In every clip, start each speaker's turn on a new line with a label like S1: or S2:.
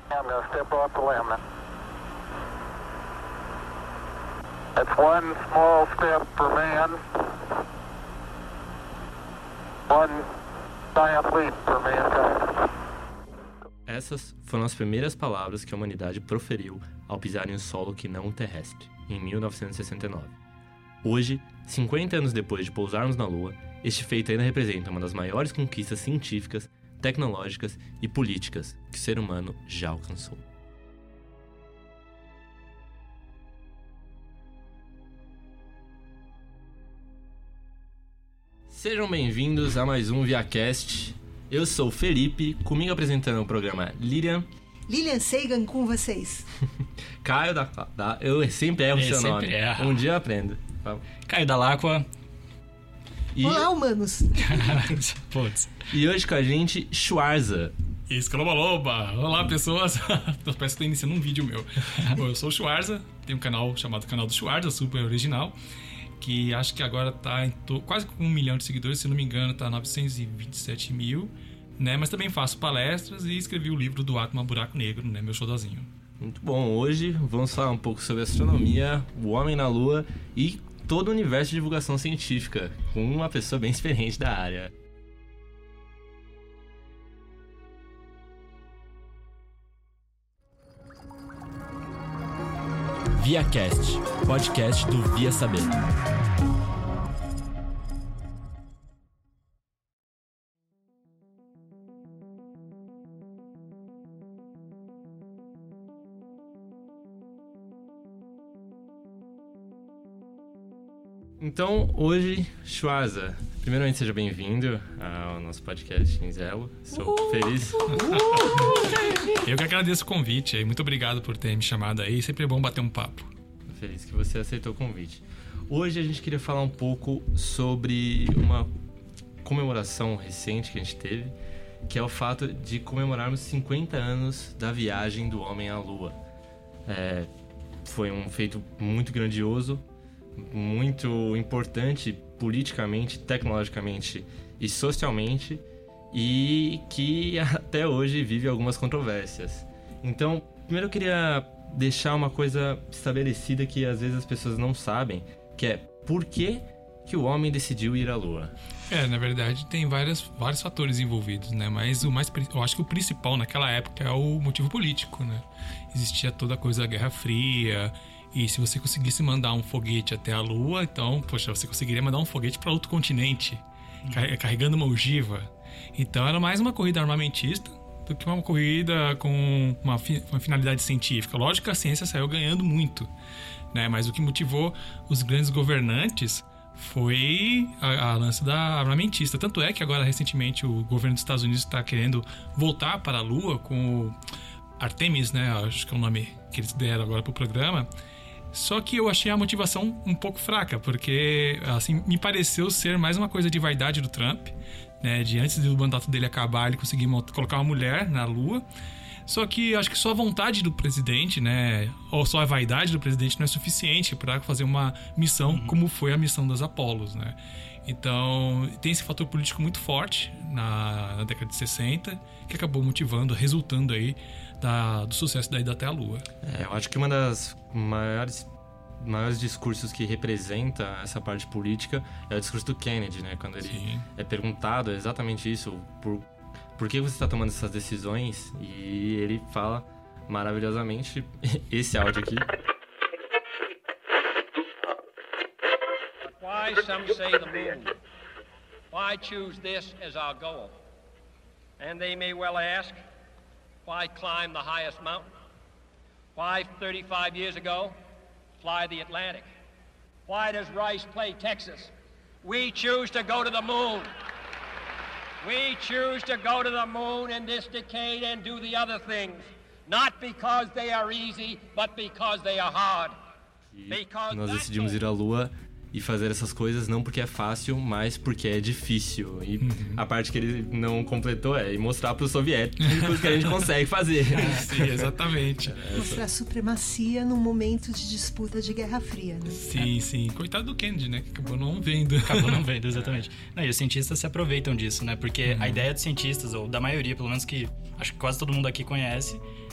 S1: I'm going to step off the limb now. That's one small step for man, one giant leap for mankind.
S2: Essas foram as primeiras palavras que a humanidade proferiu ao pisar em um solo que não terrestre, em 1969. Hoje, 50 anos depois de pousarmos na Lua, este feito ainda representa uma das maiores conquistas científicas, tecnológicas e políticas que o ser humano já alcançou. Sejam bem-vindos a mais um ViaCast. Eu sou o Felipe, comigo apresentando o programa Lilian
S3: Sagan com vocês.
S2: Caio eu sempre erro o seu nome.
S4: Erra.
S2: Um dia eu aprendo.
S4: Caio Dalacqua.
S3: Olá, humanos.
S2: E hoje com a gente, Schwarza.
S5: Isso, Loba. Olá, pessoas. Parece que estou iniciando um vídeo meu. Bom, eu sou o Schwarza, tenho um canal chamado Canal do Schwarza, super original, que acho que agora está em quase com 1 milhão de seguidores, se não me engano, está 927 mil, né? Mas também faço palestras e escrevi o livro do Atma Buraco Negro, né? Meu xodózinho.
S2: Muito bom. Hoje vamos falar um pouco sobre astronomia, o homem na Lua e todo o universo de divulgação científica, com uma pessoa bem experiente da área. ViaCast, podcast do Via Saber. Então, hoje, Schwarza, primeiramente seja bem-vindo ao nosso podcast em Zelo. Sou feliz.
S5: Eu que agradeço o convite. Muito obrigado por ter me chamado aí. Sempre é bom bater um papo.
S2: Feliz que você aceitou o convite. Hoje a gente queria falar um pouco sobre uma comemoração recente que a gente teve, que é o fato de comemorarmos 50 anos da viagem do homem à Lua. Foi um feito muito grandioso, muito importante politicamente, tecnologicamente e socialmente, e que até hoje vive algumas controvérsias. Então, primeiro eu queria deixar uma coisa estabelecida que às vezes as pessoas não sabem, que é por que o homem decidiu ir à Lua.
S5: Na verdade tem vários fatores envolvidos, né? Mas eu acho que o principal naquela época é o motivo político, né? Existia toda a coisa da Guerra Fria, e se você conseguisse mandar um foguete até a Lua, então, poxa, você conseguiria mandar um foguete para outro continente, carregando uma ogiva. Então era mais uma corrida armamentista do que uma corrida com uma finalidade científica. Lógico que a ciência saiu ganhando muito, né? Mas o que motivou os grandes governantes foi a lance da armamentista. Tanto é que agora, recentemente, o governo dos Estados Unidos está querendo voltar para a Lua com o Artemis, né? Acho que é o nome que eles deram agora para o programa. Só que eu achei a motivação um pouco fraca, porque assim, me pareceu ser mais uma coisa de vaidade do Trump, né? De antes do mandato dele acabar, ele conseguir colocar uma mulher na Lua. Só que acho que só a vontade do presidente, né? Ou só a vaidade do presidente não é suficiente para fazer uma missão como foi a missão das Apolos, né? Então, tem esse fator político muito forte na década de 60, que acabou motivando, resultando aí do sucesso da ida até a Lua.
S2: Eu acho que uma das maiores discursos que representa essa parte política é o discurso do Kennedy, né? Quando ele é perguntado exatamente isso, por que você está tomando essas decisões? E ele fala maravilhosamente esse áudio aqui.
S6: Why some say the moon? Why choose this as our goal? And they may well ask, why climb the highest mountain? Why 35 years ago fly the Atlantic? Why does Rice play Texas? We choose to go to the moon. We choose to go to the moon in this decade and do the other things, not because they are easy, but because they are hard.
S2: Nós decidimos ir à Lua e fazer essas coisas não porque é fácil, mas porque é difícil. E a parte que ele não completou é mostrar para os soviéticos que a gente consegue fazer.
S5: Sim, exatamente.
S3: Mostrar supremacia num momento de disputa de Guerra Fria, né?
S5: Sim. Coitado do Kennedy, né? Que acabou não vendo.
S4: Exatamente. Não, e os cientistas se aproveitam disso, né? Porque a ideia dos cientistas, ou da maioria, pelo menos que acho que quase todo mundo aqui conhece,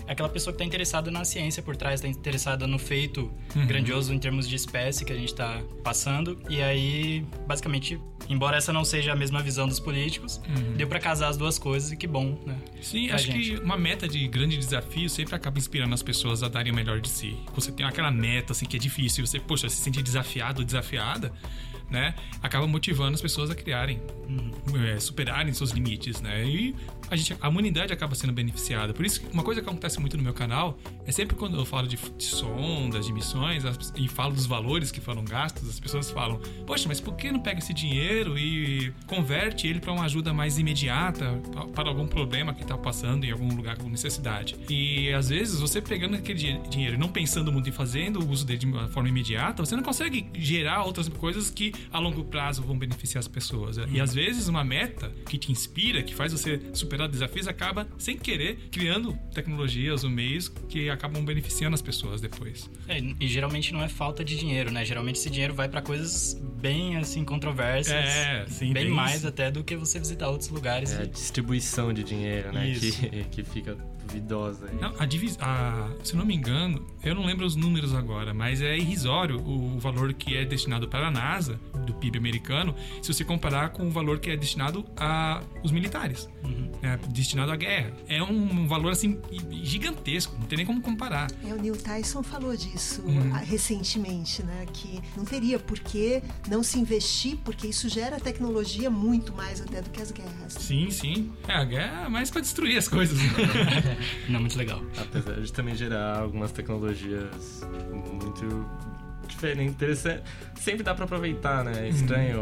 S4: é aquela pessoa que está interessada na ciência por trás, está interessada no feito grandioso em termos de espécie que a gente está passando. E aí, basicamente, embora essa não seja a mesma visão dos políticos, deu para casar as duas coisas e que bom, né?
S5: Sim,
S4: pra
S5: acho
S4: gente.
S5: que uma meta de grande desafio sempre acaba inspirando as pessoas a darem o melhor de si. Você tem aquela meta, assim, que é difícil, você, poxa, se sentir desafiado ou desafiada, né? Acaba motivando as pessoas a criarem, superarem seus limites, né? E a humanidade acaba sendo beneficiada. Por isso, uma coisa que acontece muito no meu canal é sempre quando eu falo de sondas, de missões, e falo dos valores que foram gastos, as pessoas falam, poxa, mas por que não pega esse dinheiro e converte ele para uma ajuda mais imediata, para algum problema que está passando em algum lugar com necessidade? E às vezes, você pegando aquele dinheiro e não pensando muito em fazendo o uso dele de uma forma imediata, você não consegue gerar outras coisas que a longo prazo vão beneficiar as pessoas. E às vezes uma meta que te inspira, que faz você superar desafios, acaba, sem querer, criando tecnologias ou meios que acabam beneficiando as pessoas depois.
S4: E geralmente não é falta de dinheiro, né? Geralmente esse dinheiro vai para coisas bem, assim, controversas.
S5: Sim,
S4: bem mais até do que você visitar outros lugares.
S2: É a distribuição de dinheiro, né?
S4: Isso.
S2: Que fica duvidosa.
S5: Não, se não me engano, eu não lembro os números agora, mas é irrisório o valor que é destinado para a NASA, do PIB americano, se você comparar com o valor que é destinado aos militares, destinado à guerra. É um valor, assim, gigantesco, não tem nem como comparar.
S3: O Neil Tyson falou disso recentemente, né? Que não teria por que não se investir, porque isso gera tecnologia muito mais até do que as guerras.
S5: Sim. A guerra é mais para destruir as coisas.
S4: Não, muito legal.
S2: Apesar de também gerar algumas tecnologias muito diferentes, interessantes. Sempre dá pra aproveitar, né? É estranho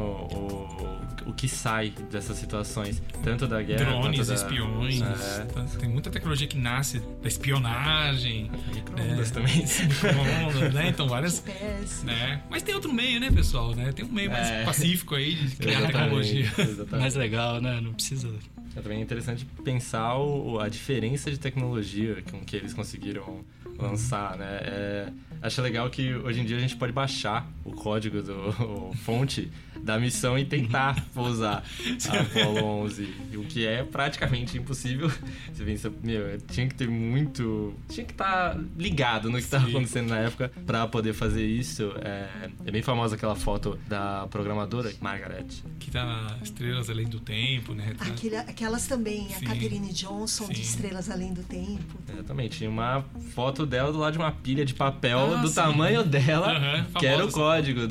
S2: o que sai dessas situações, tanto da guerra
S5: drones,
S2: quanto da...
S5: espiões. Tem muita tecnologia que nasce da espionagem.
S2: Micro-ondas também.
S5: Micro-ondas, né? Então, várias...
S3: GPS.
S5: Né? Mas tem outro meio, né, pessoal? Né? Tem um meio mais pacífico aí de criar tecnologia.
S2: Exatamente.
S4: Mais legal, né? Não precisa...
S2: É também interessante pensar a diferença de tecnologia com que eles conseguiram lançar, né? Acho legal que hoje em dia a gente pode baixar o código fonte da missão e tentar pousar a Apollo 11, o que é praticamente impossível. Você pensa, tinha que ter tinha que estar ligado no que estava acontecendo na época para poder fazer isso. É bem famosa aquela foto da programadora, Margaret.
S5: Que tá na Estrelas Além do Tempo, né?
S3: Aquelas também,
S5: Sim.
S3: a Catherine Johnson, de Estrelas Além do Tempo.
S2: Exatamente, tinha uma foto dela do lado de uma pilha de papel do tamanho dela, que era o código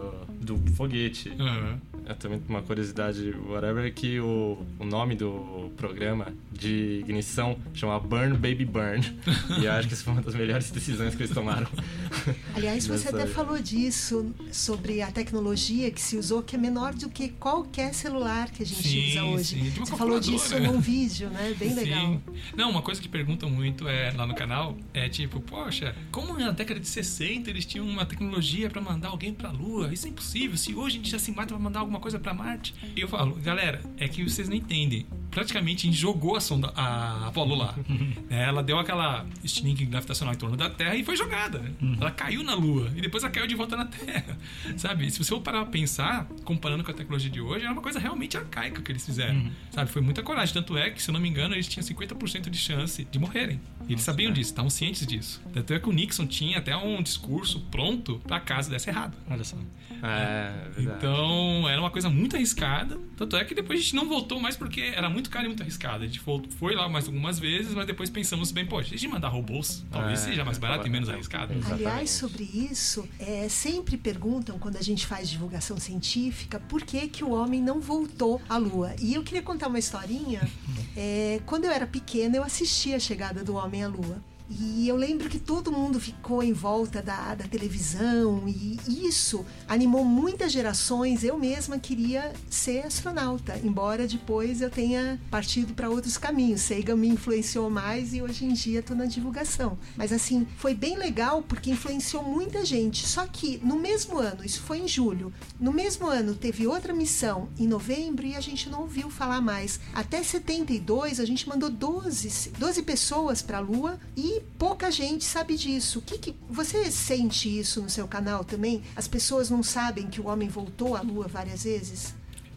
S2: do foguete. É também uma curiosidade, whatever, que o nome do programa de ignição chama Burn Baby Burn. E eu acho que essa foi uma das melhores decisões que eles tomaram.
S3: Aliás, você até falou disso, sobre a tecnologia que se usou, que é menor do que qualquer celular que a gente usa hoje. Você falou disso num vídeo, né? Bem legal.
S5: Não, uma coisa que perguntam muito lá no canal é tipo, poxa, como na década de 60 eles tinham uma tecnologia para mandar alguém pra Lua? Isso é impossível. Se hoje a gente já se mata pra mandar alguma coisa pra Marte. E eu falo, galera, é que vocês não entendem. Praticamente a gente jogou a sonda, a Apollo lá. Ela deu aquela estilingue gravitacional em torno da Terra e foi jogada. Ela caiu na Lua e depois ela caiu de volta na Terra. Sabe? Se você for parar pra pensar, comparando com a tecnologia de hoje, era uma coisa realmente arcaica que eles fizeram. Sabe? Foi muita coragem. Tanto é que, se eu não me engano, eles tinham 50% de chance de morrerem. E eles sabiam disso, estavam cientes disso. Tanto é que o Nixon tinha até um discurso pronto pra caso desse errado.
S4: Olha só.
S2: Verdade.
S5: Então, era uma coisa muito arriscada. Tanto é que depois a gente não voltou mais porque era muito caro e muito arriscado. A gente foi lá mais algumas vezes, mas depois pensamos bem, poxa, a gente mandar robôs, talvez seja mais barato e menos arriscado.
S3: Aliás, sobre isso, sempre perguntam, quando a gente faz divulgação científica, por que o homem não voltou à Lua. E eu queria contar uma historinha. Quando eu era pequena, eu assisti a chegada do homem à Lua. E eu lembro que todo mundo ficou em volta da televisão, e isso animou muitas gerações. Eu mesma queria ser astronauta, embora depois eu tenha partido para outros caminhos. Sagan me influenciou mais e hoje em dia estou na divulgação. Mas assim, foi bem legal porque influenciou muita gente. Só que no mesmo ano, isso foi em julho, no mesmo ano teve outra missão em novembro e a gente não ouviu falar mais. Até 72 a gente mandou 12 pessoas para a Lua e pouca gente sabe disso. Você sente isso no seu canal também? As pessoas não sabem que o homem voltou à Lua várias vezes?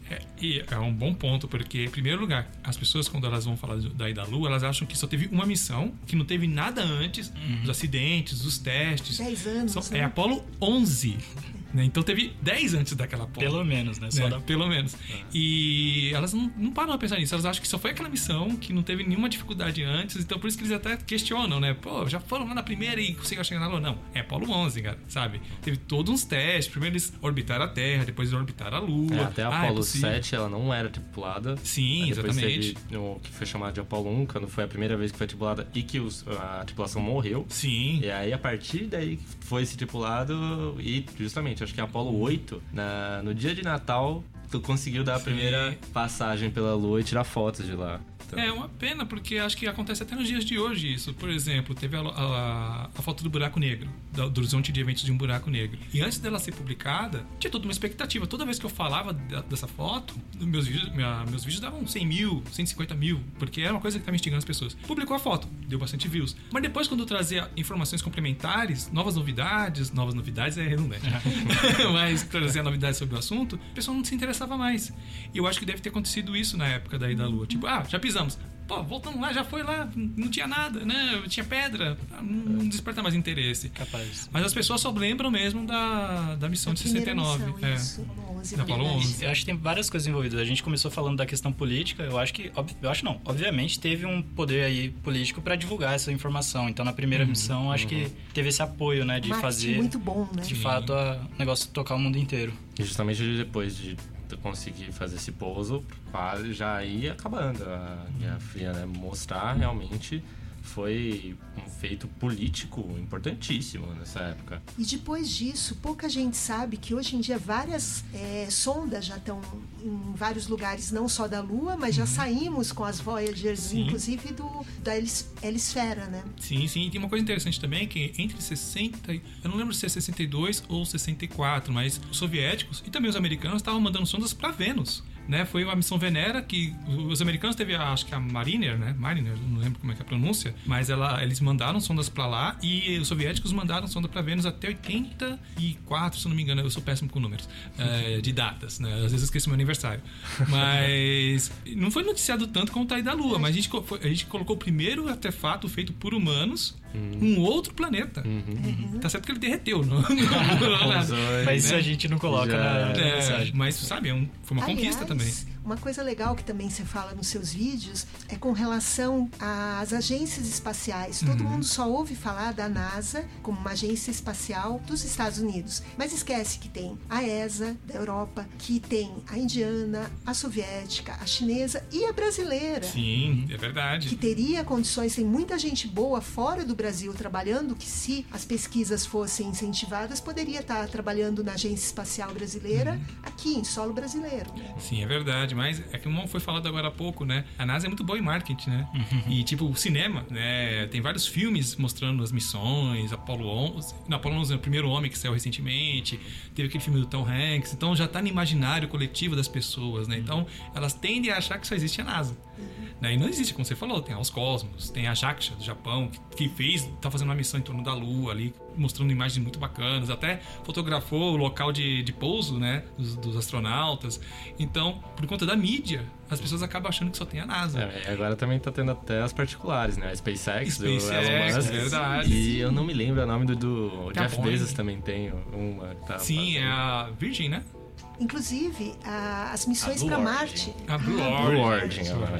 S5: E é um bom ponto, porque, em primeiro lugar, as pessoas, quando elas vão falar da ida à Lua, elas acham que só teve uma missão, que não teve nada antes, dos acidentes, dos testes.
S3: 10 anos,
S5: É Apollo 11. Né? Então teve 10 antes daquela Apollo.
S4: Pelo menos, né? Só
S5: Pelo menos. E elas não param a pensar nisso. Elas acham que só foi aquela missão, que não teve nenhuma dificuldade antes. Então por isso que eles até questionam, né? Pô, já foram lá na primeira e conseguiram chegar na Lua. Não, é Apollo 11, cara, sabe? Teve todos uns testes. Primeiro eles orbitaram a Terra, depois eles orbitaram a Lua.
S2: Até a Apollo 7 ela não era tripulada.
S5: Sim,
S2: depois
S5: exatamente.
S2: Teve o que foi chamado de Apollo 1, quando foi a primeira vez que foi tripulada e que a tripulação morreu.
S5: Sim.
S2: E aí, a partir daí, foi esse tripulado e, justamente, acho que a Apollo 8, no dia de Natal, tu conseguiu dar a primeira passagem pela Lua e tirar fotos de lá. Então...
S5: É uma pena, porque acho que acontece até nos dias de hoje isso. Por exemplo, teve a foto do buraco negro, do horizonte de eventos de um buraco negro. E antes dela ser publicada, tinha toda uma expectativa. Toda vez que eu falava dessa foto, meus vídeos davam 100 mil, 150 mil, porque era uma coisa que estava instigando as pessoas. Publicou a foto, deu bastante views. Mas depois, quando eu trazia informações complementares, novas novidades é redundante, mas trazia novidades sobre o assunto, o pessoal não se interessava mais. E eu acho que deve ter acontecido isso na época da ida à Lua. Tipo, já pisamos. Pô, voltamos lá, já foi lá, não tinha nada, né? Tinha pedra, não desperta mais interesse.
S4: Capaz.
S5: Mas as pessoas só lembram mesmo da missão de 69.
S3: Missão, isso, 11,
S5: da Apollo 11.
S4: Eu acho que tem várias coisas envolvidas. A gente começou falando da questão política. Eu acho não. Obviamente teve um poder aí político para divulgar essa informação. Então na primeira missão acho que teve esse apoio, né, de fazer
S3: muito bom, né?
S4: de fato o negócio tocar o mundo inteiro.
S2: E justamente depois de conseguir fazer esse pouso, quase já ia acabando a Guerra Fria, né? Mostrar realmente foi um feito político importantíssimo nessa época.
S3: E depois disso, pouca gente sabe que hoje em dia várias sondas já estão em vários lugares, não só da Lua, mas já saímos com as Voyagers, inclusive da helisfera, né?
S5: Sim, sim. E tem uma coisa interessante também, que entre 60... Eu não lembro se é 62 ou 64, mas os soviéticos e também os americanos estavam mandando sondas para Vênus. Né, foi uma missão Venera que os americanos teve, acho que a Mariner, né? Mariner, não lembro como é que é a pronúncia, mas eles mandaram sondas para lá e os soviéticos mandaram sonda para Vênus até 84, se eu não me engano, eu sou péssimo com números, de datas, né? Às vezes eu esqueço meu aniversário. Mas não foi noticiado tanto como tá aí da Lua, mas a gente colocou o primeiro artefato feito por humanos um outro planeta. Tá certo que ele derreteu, não?
S4: Mas isso a gente não coloca na mensagem.
S5: Mas, sabe, foi uma conquista também.
S3: Uma coisa legal que também você fala nos seus vídeos é com relação às agências espaciais. Todo mundo só ouve falar da NASA como uma agência espacial dos Estados Unidos, mas esquece que tem a ESA da Europa, que tem a indiana, a soviética, a chinesa e a brasileira.
S5: Sim, é verdade.
S3: Que teria condições, tem muita gente boa fora do Brasil trabalhando, que se as pesquisas fossem incentivadas, poderia estar trabalhando na Agência Espacial Brasileira aqui, em solo brasileiro. Né?
S5: Sim, é verdade. Mas é que como foi falado agora há pouco, né? A NASA é muito boa em marketing, né? E tipo, o cinema, né? Tem vários filmes mostrando as missões, Apollo 11. Não, Apollo 11 é o primeiro homem que saiu recentemente. Teve aquele filme do Tom Hanks. Então já tá no imaginário coletivo das pessoas, né? Então elas tendem a achar que só existe a NASA. E não existe, como você falou, tem a Roscosmos, tem a JAXA do Japão, que tá fazendo uma missão em torno da Lua ali, mostrando imagens muito bacanas, até fotografou o local de pouso, né, dos astronautas. Então, por conta da mídia, as pessoas acabam achando que só tem a NASA.
S2: E agora também tá tendo até as particulares, né? A SpaceX do Elon Musk.
S5: Verdade.
S2: E eu não me lembro o nome do Jeff Bezos também tem uma que tá
S5: Sim,
S2: fazendo.
S5: é a Virgin, né?
S3: Inclusive, as missões para Marte...
S5: A Blue
S2: Origin.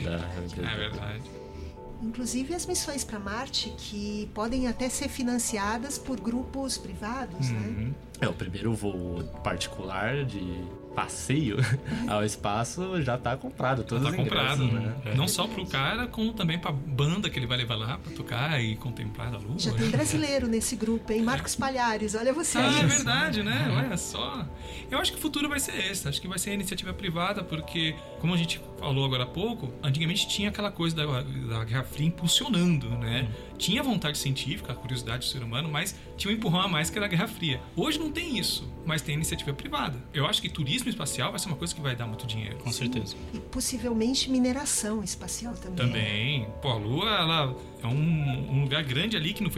S5: É verdade.
S3: Inclusive as missões para Marte, que podem até ser financiadas por grupos privados, né?
S2: O primeiro voo particular de passeio ao espaço já tá comprado, todos os
S5: comprado,
S2: ingressos, né?
S5: Não só pro cara, como também pra banda que ele vai levar lá pra tocar e contemplar a Lua.
S3: Já tem brasileiro nesse grupo, hein? Marcos Palhares, olha você aí.
S5: É verdade, né? Olha só. Eu acho que o futuro vai ser esse. Acho que vai ser a iniciativa privada, porque, como a gente falou agora há pouco, antigamente tinha aquela coisa da Guerra Fria impulsionando, né? Tinha vontade científica, a curiosidade do ser humano, mas tinha um empurrão a mais que era a Guerra Fria. Hoje não tem isso, mas tem iniciativa privada. Eu acho que turismo espacial vai ser uma coisa que vai dar muito dinheiro.
S4: Com certeza.
S3: E possivelmente mineração espacial também.
S5: Também. Pô, a Lua, ela é um lugar grande ali que não foi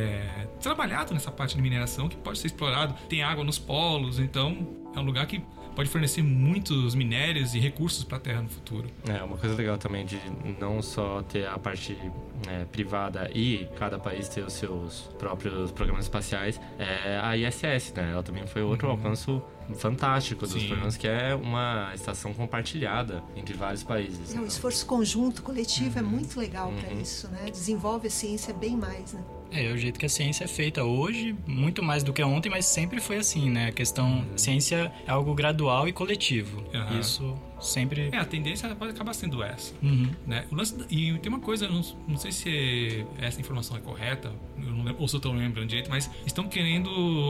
S5: trabalhado nessa parte de mineração, que pode ser explorado. Tem água nos polos, então é um lugar que pode fornecer muitos minérios e recursos para a Terra no futuro.
S2: Uma coisa legal também de não só ter a parte privada e cada país ter os seus próprios programas espaciais, é a ISS, né? Ela também foi outro alcance fantástico dos programas, que é uma estação compartilhada entre vários países.
S3: O esforço conjunto, coletivo, é muito legal para isso, né? Desenvolve a ciência bem mais, né?
S4: É o jeito que a ciência é feita hoje, muito mais do que ontem, mas sempre foi assim, né? A questão, ciência é algo gradual e coletivo. Isso sempre...
S5: A tendência pode acabar sendo essa. Né? E tem uma coisa, não sei se essa informação é correta, eu não lembro, ou se eu estou lembrando direito, mas estão querendo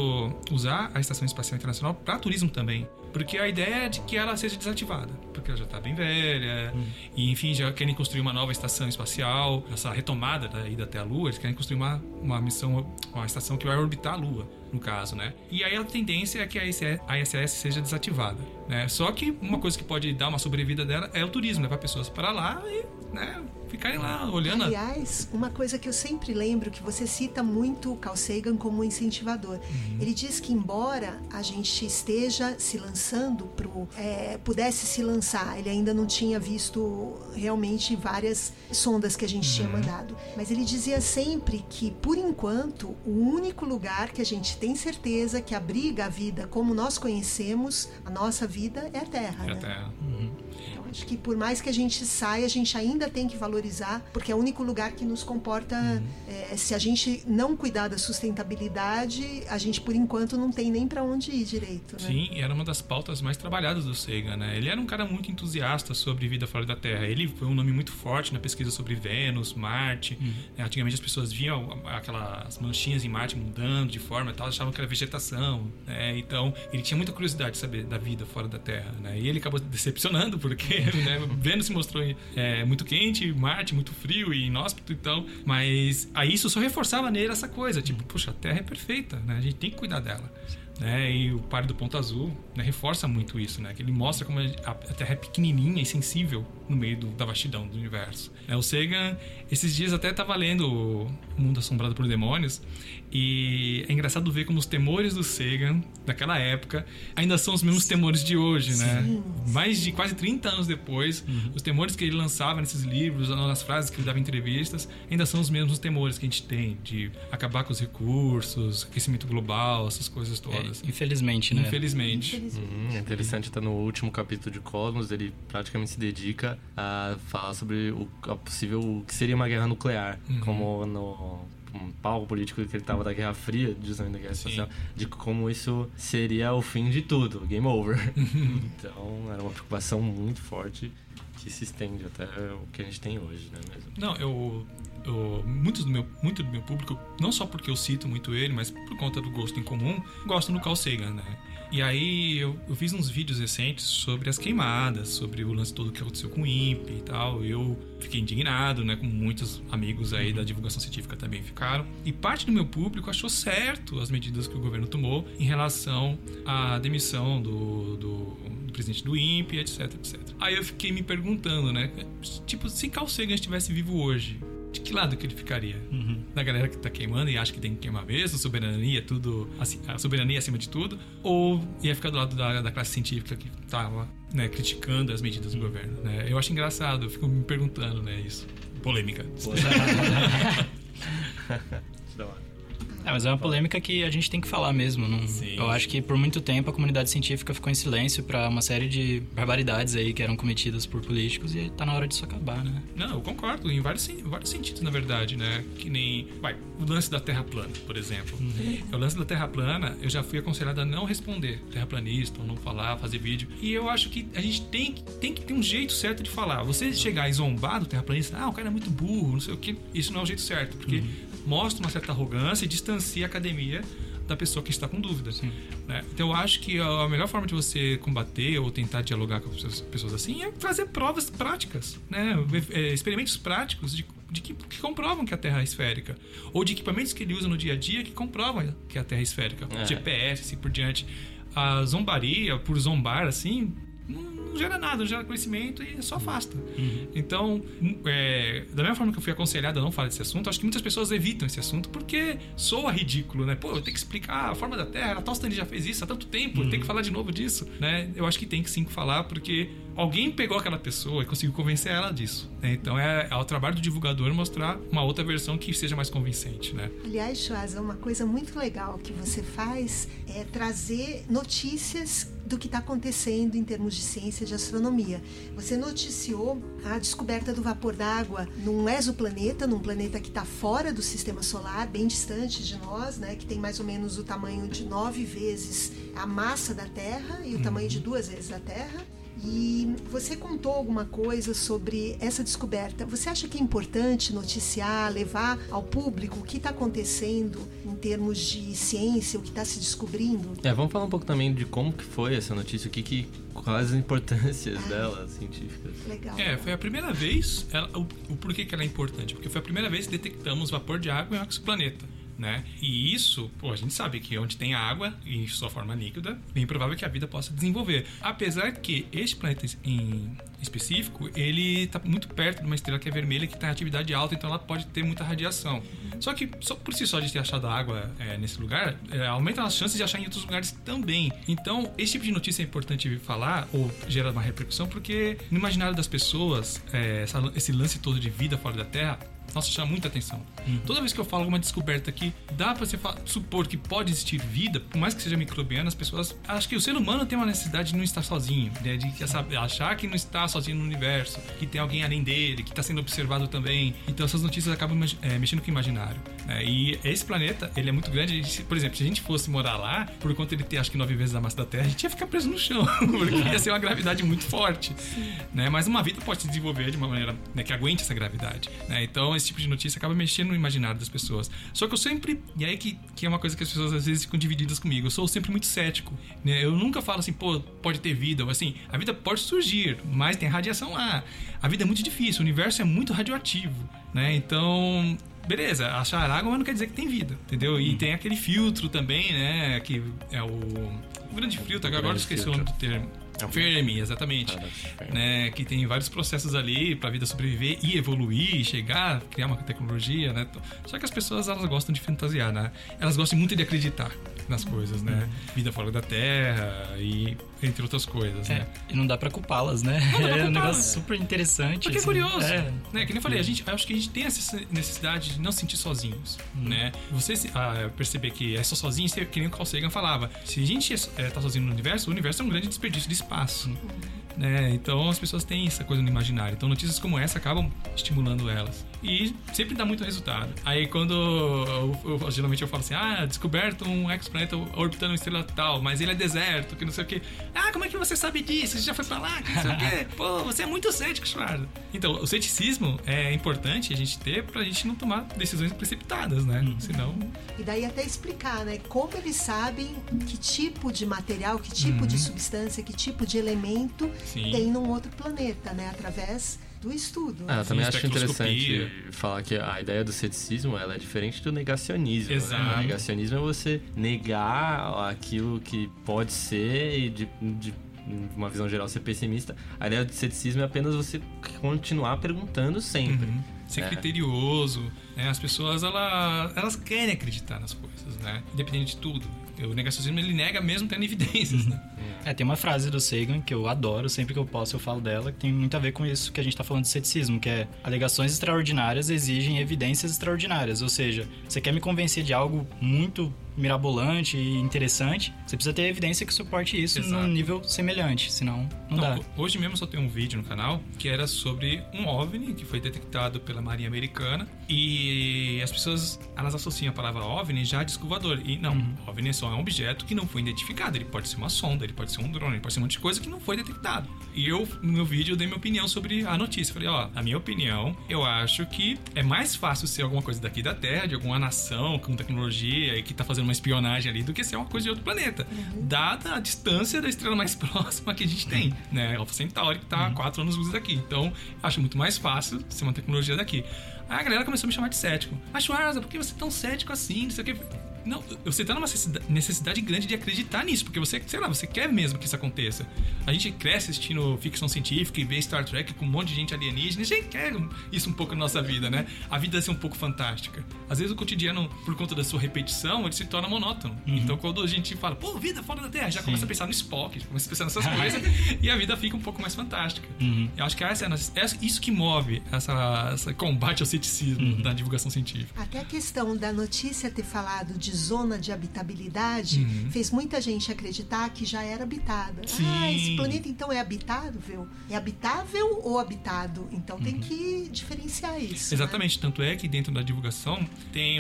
S5: usar a Estação Espacial Internacional para turismo também. Porque a ideia é de que ela seja desativada, porque ela já está bem velha, e enfim, já querem construir uma nova estação espacial, essa retomada da ida até a Lua, eles querem construir uma missão, uma estação que vai orbitar a Lua, no caso, né? E aí a tendência é que a ISS seja desativada, né? Só que uma coisa que pode dar uma sobrevida dela é o turismo, levar pessoas para lá e, né, ficarem lá olhando.
S3: Aliás, uma coisa que eu sempre lembro, que você cita muito o Carl Sagan como um incentivador. Ele diz que embora a gente esteja se lançando pudesse se lançar, ele ainda não tinha visto realmente várias sondas que a gente tinha mandado. Mas ele dizia sempre que, por enquanto, o único lugar que a gente tem certeza que abriga a vida como nós conhecemos, a nossa vida, é a Terra.
S5: É a
S3: né?
S5: Terra.
S3: Então, acho que por mais que a gente saia, a gente ainda tem que valorizar, porque é o único lugar que nos comporta. Se a gente não cuidar da sustentabilidade, a gente, por enquanto, não tem nem para onde ir direito. Né?
S5: Sim, era uma das pautas mais trabalhadas do Sagan, né? Ele era um cara muito entusiasta sobre vida fora da Terra. Ele foi um nome muito forte na pesquisa sobre Vênus, Marte. Antigamente as pessoas viam aquelas manchinhas em Marte mudando de forma e tal, achavam que era vegetação, né? Então, ele tinha muita curiosidade de saber da vida fora da Terra, né? E ele acabou decepcionando, porque né, Vênus se mostrou muito quente, Marte muito frio e inóspito, então, mas aí isso só reforçava nele essa coisa, tipo, puxa, a Terra é perfeita, né? A gente tem que cuidar dela. Né? E o Pare do Ponto Azul, né, reforça muito isso, né? Que ele mostra como a Terra é pequenininha e sensível no meio da vastidão do universo. O Sagan, esses dias até estava lendo O Mundo Assombrado por Demônios, e é engraçado ver como os temores do Sagan daquela época ainda são os mesmos temores de hoje, né? Mais de quase 30 anos depois, os temores que ele lançava nesses livros, nas frases que ele dava em entrevistas, ainda são os mesmos temores que a gente tem de acabar com os recursos, aquecimento global, essas coisas todas.
S4: Infelizmente, né?
S5: Infelizmente.
S2: É interessante, tá no último capítulo de Cosmos, ele praticamente se dedica a falar sobre o que seria uma guerra nuclear, como no palco político que ele estava da Guerra Fria, justamente da Guerra Espacial, de como isso seria o fim de tudo, game over. Então, era uma preocupação muito forte que se estende até o que a gente tem hoje, né, mesmo?
S5: Não, muito do meu público, não só porque eu cito muito ele, mas por conta do gosto em comum, gostam do Carl Sagan, né? E aí eu fiz uns vídeos recentes sobre as queimadas, sobre o lance todo que aconteceu com o INPE e tal. Eu fiquei indignado, né? Como muitos amigos aí da divulgação científica também ficaram. E parte do meu público achou certo as medidas que o governo tomou em relação à demissão do presidente do INPE, etc, etc. Aí eu fiquei me perguntando, né? Tipo, se Carl Sagan estivesse vivo hoje, de que lado que ele ficaria? Da galera que tá queimando e acha que tem que queimar mesmo, soberania, tudo, a soberania acima de tudo, ou ia ficar do lado da classe científica que tava, né, criticando as medidas do governo, né? Eu acho engraçado, eu fico me perguntando, né, isso. Polêmica.
S4: Mas é uma polêmica que a gente tem que falar mesmo. Eu acho que por muito tempo a comunidade científica ficou em silêncio para uma série de barbaridades aí que eram cometidas por políticos e tá na hora disso acabar, né?
S5: Não, eu concordo, em vários sentidos, na verdade, né? Que nem, o lance da Terra plana, por exemplo. O lance da Terra plana, eu já fui aconselhado a não responder terraplanista, ou não falar, fazer vídeo. E eu acho que a gente tem que ter um jeito certo de falar. Você chegar e zombar do terraplanista, o cara é muito burro, não sei o que, isso não é o jeito certo, porque mostra uma certa arrogância e distancia a academia da pessoa que está com dúvida, né? Então eu acho que a melhor forma de você combater ou tentar dialogar com as pessoas assim é fazer provas práticas, né? Experimentos práticos que comprovam que a Terra é esférica, ou de equipamentos que ele usa no dia a dia que comprovam que a Terra é esférica, GPS, assim por diante. A zombaria por zombar assim não não gera nada, não gera conhecimento e só afasta. Então, da mesma forma que eu fui aconselhado a não falar desse assunto, acho que muitas pessoas evitam esse assunto porque soa ridículo, né? Pô, eu tenho que explicar a forma da Terra, a Tolstói já fez isso há tanto tempo, tem que falar de novo disso, né? Eu acho que tem que sim falar porque alguém pegou aquela pessoa e conseguiu convencer ela disso, né? Então é o trabalho do divulgador mostrar uma outra versão que seja mais convincente, né?
S3: Aliás, Schwarza, uma coisa muito legal que você faz é trazer notícias do que está acontecendo em termos de ciência e de astronomia. Você noticiou a descoberta do vapor d'água num exoplaneta, num planeta que está fora do sistema solar, bem distante de nós, né, que tem mais ou menos o tamanho de 9 vezes a massa da Terra e o tamanho de 2 vezes a Terra. E você contou alguma coisa sobre essa descoberta. Você acha que é importante noticiar, levar ao público o que está acontecendo em termos de ciência, o que está se descobrindo?
S2: Vamos falar um pouco também de como que foi essa notícia, quais as importâncias dela, científicas.
S3: Legal.
S5: Foi a primeira vez, o porquê que ela é importante? Porque foi a primeira vez que detectamos vapor de água em um exoplaneta. Né? E isso, a gente sabe que onde tem água em sua forma líquida, é bem provável que a vida possa desenvolver. Apesar que este planeta em específico, ele está muito perto de uma estrela que é vermelha, que está em atividade alta, então ela pode ter muita radiação. Só que, por si só de ter achado água nesse lugar, aumenta as chances de achar em outros lugares também. Então, esse tipo de notícia é importante falar, ou gera uma repercussão, porque no imaginário das pessoas, esse lance todo de vida fora da Terra, nossa, chama muita atenção. Toda vez que eu falo alguma descoberta que dá pra você supor que pode existir vida, por mais que seja microbiana, as pessoas acham que o ser humano tem uma necessidade de não estar sozinho, né? De achar que não está sozinho no universo, que tem alguém além dele, que está sendo observado também. Então essas notícias acabam mexendo com o imaginário, né? E esse planeta, ele é muito grande. Por exemplo, se a gente fosse morar lá, por conta de ele ter acho que 9 vezes a massa da Terra, a gente ia ficar preso no chão, porque ia ser uma gravidade muito forte, né? Mas uma vida pode se desenvolver de uma maneira, né, que aguente essa gravidade, né? Então esse tipo de notícia acaba mexendo no imaginário das pessoas. Só que eu sempre... E aí que é uma coisa que as pessoas às vezes ficam divididas comigo. Eu sou sempre muito cético, né? Eu nunca falo assim, pode ter vida. Ou assim, a vida pode surgir, mas tem radiação lá. A vida é muito difícil, o universo é muito radioativo, né? Então... Beleza, achar água, mas não quer dizer que tem vida, entendeu? E tem aquele filtro também, né? Que é o grande filtro, agora eu esqueci o nome do termo. Fermi, exatamente, né, que tem vários processos ali para a vida sobreviver e evoluir, chegar, criar uma tecnologia, né? Só que as pessoas, elas gostam de fantasiar, né? Elas gostam muito de acreditar nas coisas, né? Vida fora da Terra e entre outras coisas, né?
S4: E não dá pra culpá-las, né? É um negócio super interessante.
S5: Porque assim, é curioso, né? Que nem eu falei, acho que a gente tem essa necessidade de não se sentir sozinhos, né? Você perceber que é só sozinho, que nem o Carl Sagan falava, se a gente tá sozinho no universo, o universo é um grande desperdício de espaço, né? Então as pessoas têm essa coisa no imaginário. Então notícias como essa acabam estimulando elas. E sempre dá muito resultado. Aí quando geralmente eu falo assim, descoberto um exoplaneta orbitando uma estrela tal, mas ele é deserto, que não sei o que. Como é que você sabe disso? Você já foi pra lá, que não sei o quê. Pô, você é muito cético, Schwarza. Então, o ceticismo é importante a gente ter pra gente não tomar decisões precipitadas, né? Senão...
S3: E daí até explicar, né? Como eles sabem que tipo de material, que tipo de substância, que tipo de elemento tem num outro planeta, né? Através do estudo.
S2: Eu também acho interessante falar que a ideia do ceticismo, ela é diferente do negacionismo.
S5: Exato.
S2: Né? O negacionismo é você negar aquilo que pode ser e de uma visão geral ser pessimista. A ideia do ceticismo é apenas você continuar perguntando sempre.
S5: Ser criterioso, né? As pessoas, elas querem acreditar nas coisas, né? Independente de tudo. O negacionismo, ele nega mesmo tendo evidências, né?
S4: Tem uma frase do Sagan que eu adoro, sempre que eu posso eu falo dela, que tem muito a ver com isso que a gente tá falando de ceticismo, que é: alegações extraordinárias exigem evidências extraordinárias. Ou seja, você quer me convencer de algo muito mirabolante e interessante, você precisa ter evidência que suporte isso num nível semelhante, senão não dá.
S5: Hoje mesmo só tem um vídeo no canal que era sobre um OVNI que foi detectado pela Marinha Americana, e as pessoas, elas associam a palavra OVNI já a disco voador. E não, OVNI só é um objeto que não foi identificado. Ele pode ser uma sonda, ele pode ser um drone, ele pode ser um monte de coisa que não foi detectado. E eu, no meu vídeo, eu dei minha opinião sobre a notícia. Falei, na minha opinião, eu acho que é mais fácil ser alguma coisa daqui da Terra, de alguma nação com tecnologia e que tá fazendo uma espionagem ali, do que ser uma coisa de outro planeta, dada a distância da estrela mais próxima que a gente tem, né? Alpha Centauri, que tá a 4 anos-luz daqui. Então, acho muito mais fácil ser uma tecnologia daqui. Aí a galera começou a me chamar de cético. Schwarza, por que você é tão cético assim? Não sei o que. Não, você tá numa necessidade grande de acreditar nisso, porque você, sei lá, você quer mesmo que isso aconteça. A gente cresce assistindo ficção científica e vê Star Trek com um monte de gente alienígena, e a gente quer isso um pouco na nossa vida, né? A vida deve ser um pouco fantástica. Às vezes o cotidiano, por conta da sua repetição, ele se torna monótono. Então quando a gente fala, pô, vida fora da Terra, já começa a pensar no Spock, começa a pensar nessas coisas, e a vida fica um pouco mais fantástica. Eu acho que isso que move esse combate ao ceticismo da divulgação científica.
S3: Até a questão da notícia ter falado de zona de habitabilidade fez muita gente acreditar que já era habitada.
S5: Sim.
S3: Esse planeta então é habitável? É habitável ou habitado? Então tem que diferenciar isso.
S5: Exatamente, tanto é que dentro da divulgação tem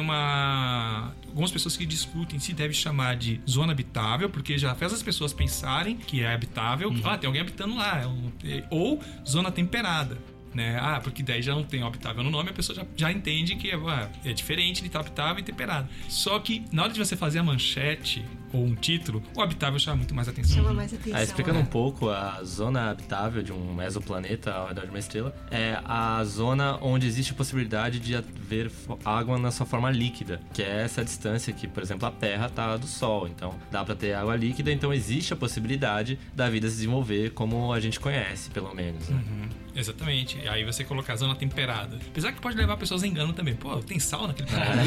S5: algumas pessoas que discutem se deve chamar de zona habitável, porque já faz as pessoas pensarem que é habitável, tem alguém habitando lá, ou zona temperada. Né? Porque daí já não tem o habitável no nome, a pessoa já entende que é diferente de estar habitável e temperado. Só que na hora de você fazer a manchete ou um título, o habitável chama muito mais atenção.
S3: Chama mais atenção.
S2: Explicando um pouco, a zona habitável de um exoplaneta ao redor de uma estrela é a zona onde existe a possibilidade de haver água na sua forma líquida, que é essa distância que, por exemplo, a Terra está do Sol. Então, dá para ter água líquida, então existe a possibilidade da vida se desenvolver como a gente conhece, pelo menos. Né?
S5: Exatamente. E aí você colocar a zona temperada. Apesar que pode levar pessoas a engano também. Pô, tem sal naquele planeta?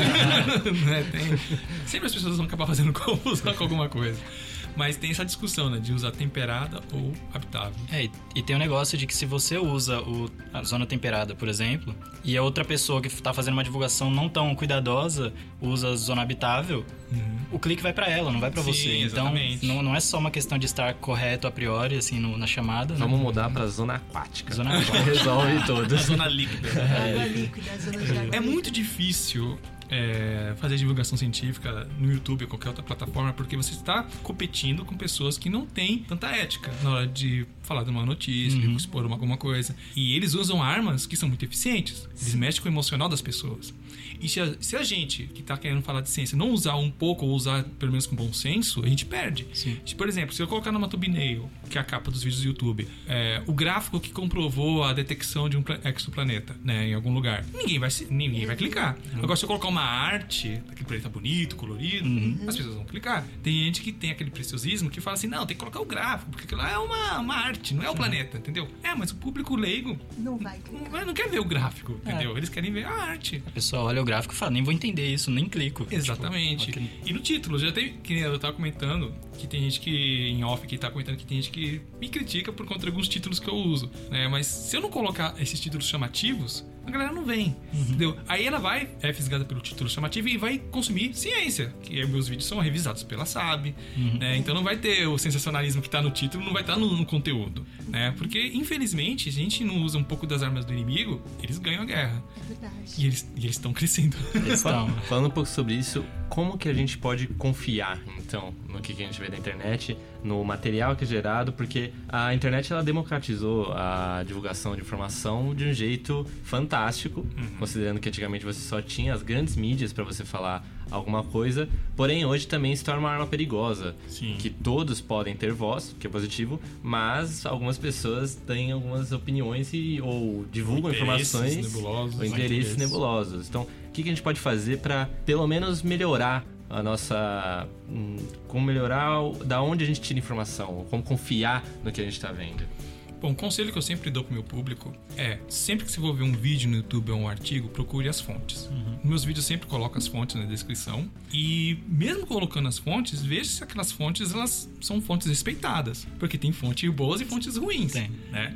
S5: Né? Sempre as pessoas vão acabar fazendo confusão com alguma coisa. Mas tem essa discussão, né? De usar temperada ou habitável.
S4: E tem um negócio de que se você usa a zona temperada, por exemplo, e a outra pessoa que tá fazendo uma divulgação não tão cuidadosa usa a zona habitável, o clique vai pra ela, não vai pra você.
S5: Exatamente.
S4: Então, não é só uma questão de estar correto a priori, assim, na chamada.
S2: Vamos
S4: né?
S2: mudar pra zona aquática.
S4: Zona aquática.
S2: Resolve tudo.
S5: A zona líquida.
S3: Água líquida, a zona de água
S5: É muito difícil fazer divulgação científica no YouTube ou qualquer outra plataforma, porque você está competindo com pessoas que não têm tanta ética na hora de falar de uma notícia, de expor alguma coisa. E eles usam armas que são muito eficientes. Eles mexem com o emocional das pessoas. E se a gente que está querendo falar de ciência não usar um pouco, ou usar pelo menos com bom senso, a gente perde. Por exemplo, se eu colocar numa thumbnail, que é a capa dos vídeos do YouTube, o gráfico que comprovou a detecção de um exoplaneta, né, em algum lugar, ninguém vai clicar. Agora, se eu colocar uma arte daquele planeta bonito, colorido, as pessoas vão clicar. Tem gente que tem aquele preciosismo que fala assim, não, tem que colocar o gráfico, porque aquilo lá é uma arte, não é o planeta, entendeu? Mas o público leigo não quer ver o gráfico, entendeu? Eles querem ver a arte.
S4: A pessoa olha o gráfico e fala, nem vou entender isso, nem clico.
S5: Exatamente.
S4: Tipo,
S5: E no título, já tem, que eu tava comentando, que tem gente que, em off, que tá comentando que tem gente que me critica por conta de alguns títulos que eu uso, né? Mas se eu não colocar esses títulos chamativos, a galera não vem, entendeu? Aí ela é fisgada pelo título chamativo e vai consumir ciência, que meus vídeos são revisados pela SAB, né? Então não vai ter o sensacionalismo que tá no título, não vai estar no conteúdo, né? Porque, infelizmente, se a gente não usa um pouco das armas do inimigo, eles ganham a guerra.
S3: É verdade.
S5: E eles estão crescendo.
S2: Falando um pouco sobre isso, como que a gente pode confiar, então, no que a gente vê da internet, no material que é gerado, porque a internet ela democratizou a divulgação de informação de um jeito fantástico, considerando que antigamente você só tinha as grandes mídias para você falar alguma coisa, porém hoje também se torna uma arma perigosa.
S5: Sim.
S2: Que todos podem ter voz, que é positivo, mas algumas pessoas têm algumas opiniões ou divulgam informações
S5: nebulosos,
S2: ou interesses nebulosos. Então, o que a gente pode fazer para pelo menos melhorar a nossa... como melhorar da onde a gente tira informação, como confiar no que a gente está vendo?
S5: Bom, um conselho que eu sempre dou pro meu público é, sempre que você for ver um vídeo no YouTube ou um artigo, procure as fontes. Nos meus vídeos eu sempre coloco as fontes na descrição. E mesmo colocando as fontes, veja se aquelas fontes elas são fontes respeitadas. Porque tem fontes boas e fontes ruins. Né?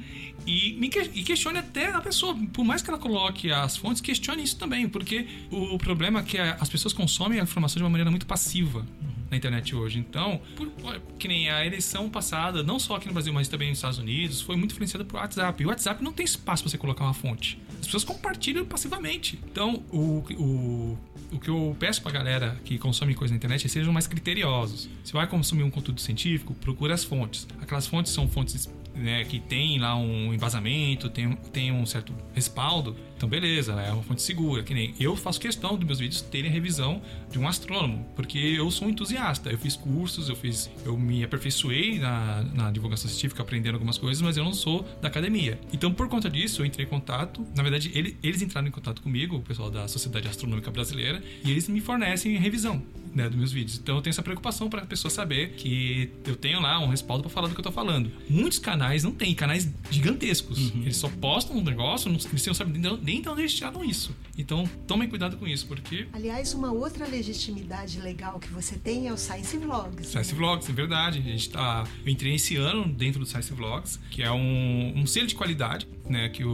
S5: E questione até a pessoa, por mais que ela coloque as fontes, questione isso também. Porque o problema é que as pessoas consomem a informação de uma maneira muito passiva na internet hoje. Então, que nem a eleição passada, não só aqui no Brasil, mas também nos Estados Unidos, foi muito influenciada por WhatsApp. E o WhatsApp não tem espaço para você colocar uma fonte. As pessoas compartilham passivamente. Então, o que eu peço pra galera que consome coisa na internet é que sejam mais criteriosos. Se vai consumir um conteúdo científico, procure as fontes. Aquelas fontes são fontes né, que tem lá um embasamento, tem um certo respaldo, então beleza, é uma fonte segura. Que nem eu faço questão dos meus vídeos terem revisão de um astrônomo, porque eu sou um entusiasta, eu fiz cursos, eu me aperfeiçoei na divulgação científica, aprendendo algumas coisas, mas eu não sou da academia. Então, por conta disso, eu entrei em contato, na verdade, eles entraram em contato comigo, o pessoal da Sociedade Astronômica Brasileira, e eles me fornecem revisão, né, dos meus vídeos. Então eu tenho essa preocupação para a pessoa saber que eu tenho lá um respaldo para falar do que eu tô falando. Muitos canais não têm, canais gigantescos. Eles só postam um negócio, eles não sabem nem de onde eles tiraram isso. Então tomem cuidado com isso, porque...
S3: Aliás, uma outra legitimidade legal que você tem é o Science Vlogs.
S5: Science Vlogs, é verdade. Eu entrei esse ano dentro do Science Vlogs, que é um selo de qualidade, né, que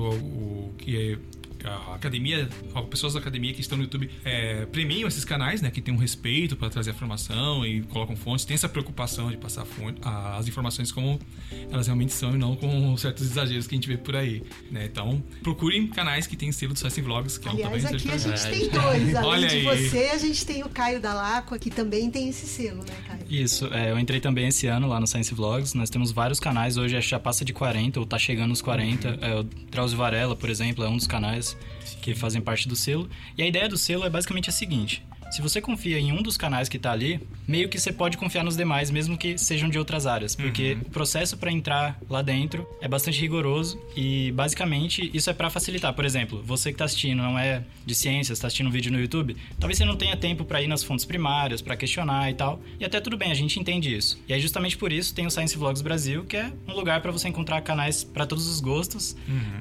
S5: a academia, pessoas da academia que estão no YouTube premiam esses canais, né, que tem um respeito para trazer a informação e colocam fontes, tem essa preocupação de passar as informações como elas realmente são e não com certos exageros que a gente vê por aí, né? Então procurem canais que tem selo do Science Vlogs, que
S3: aliás,
S5: é um
S3: aqui a gente tem dois, além
S5: Olha
S3: de
S5: aí.
S3: você, a gente tem o Caio Dall'Acqua, que também tem esse selo, né, Caio?
S4: Isso, eu entrei também esse ano lá no Science Vlogs, nós temos vários canais, hoje acho que já passa de 40, ou tá chegando nos 40, o Drauzio Varela, por exemplo, é um dos canais que fazem parte do selo, e a ideia do selo é basicamente a seguinte: se você confia em um dos canais que tá ali, meio que você pode confiar nos demais, mesmo que sejam de outras áreas, porque o processo para entrar lá dentro é bastante rigoroso e basicamente isso é para facilitar. Por exemplo, você que tá assistindo não é de ciências, tá assistindo um vídeo no YouTube, talvez você não tenha tempo para ir nas fontes primárias, para questionar e tal, e até tudo bem, a gente entende isso. E aí justamente por isso tem o Science Vlogs Brasil, que é um lugar para você encontrar canais para todos os gostos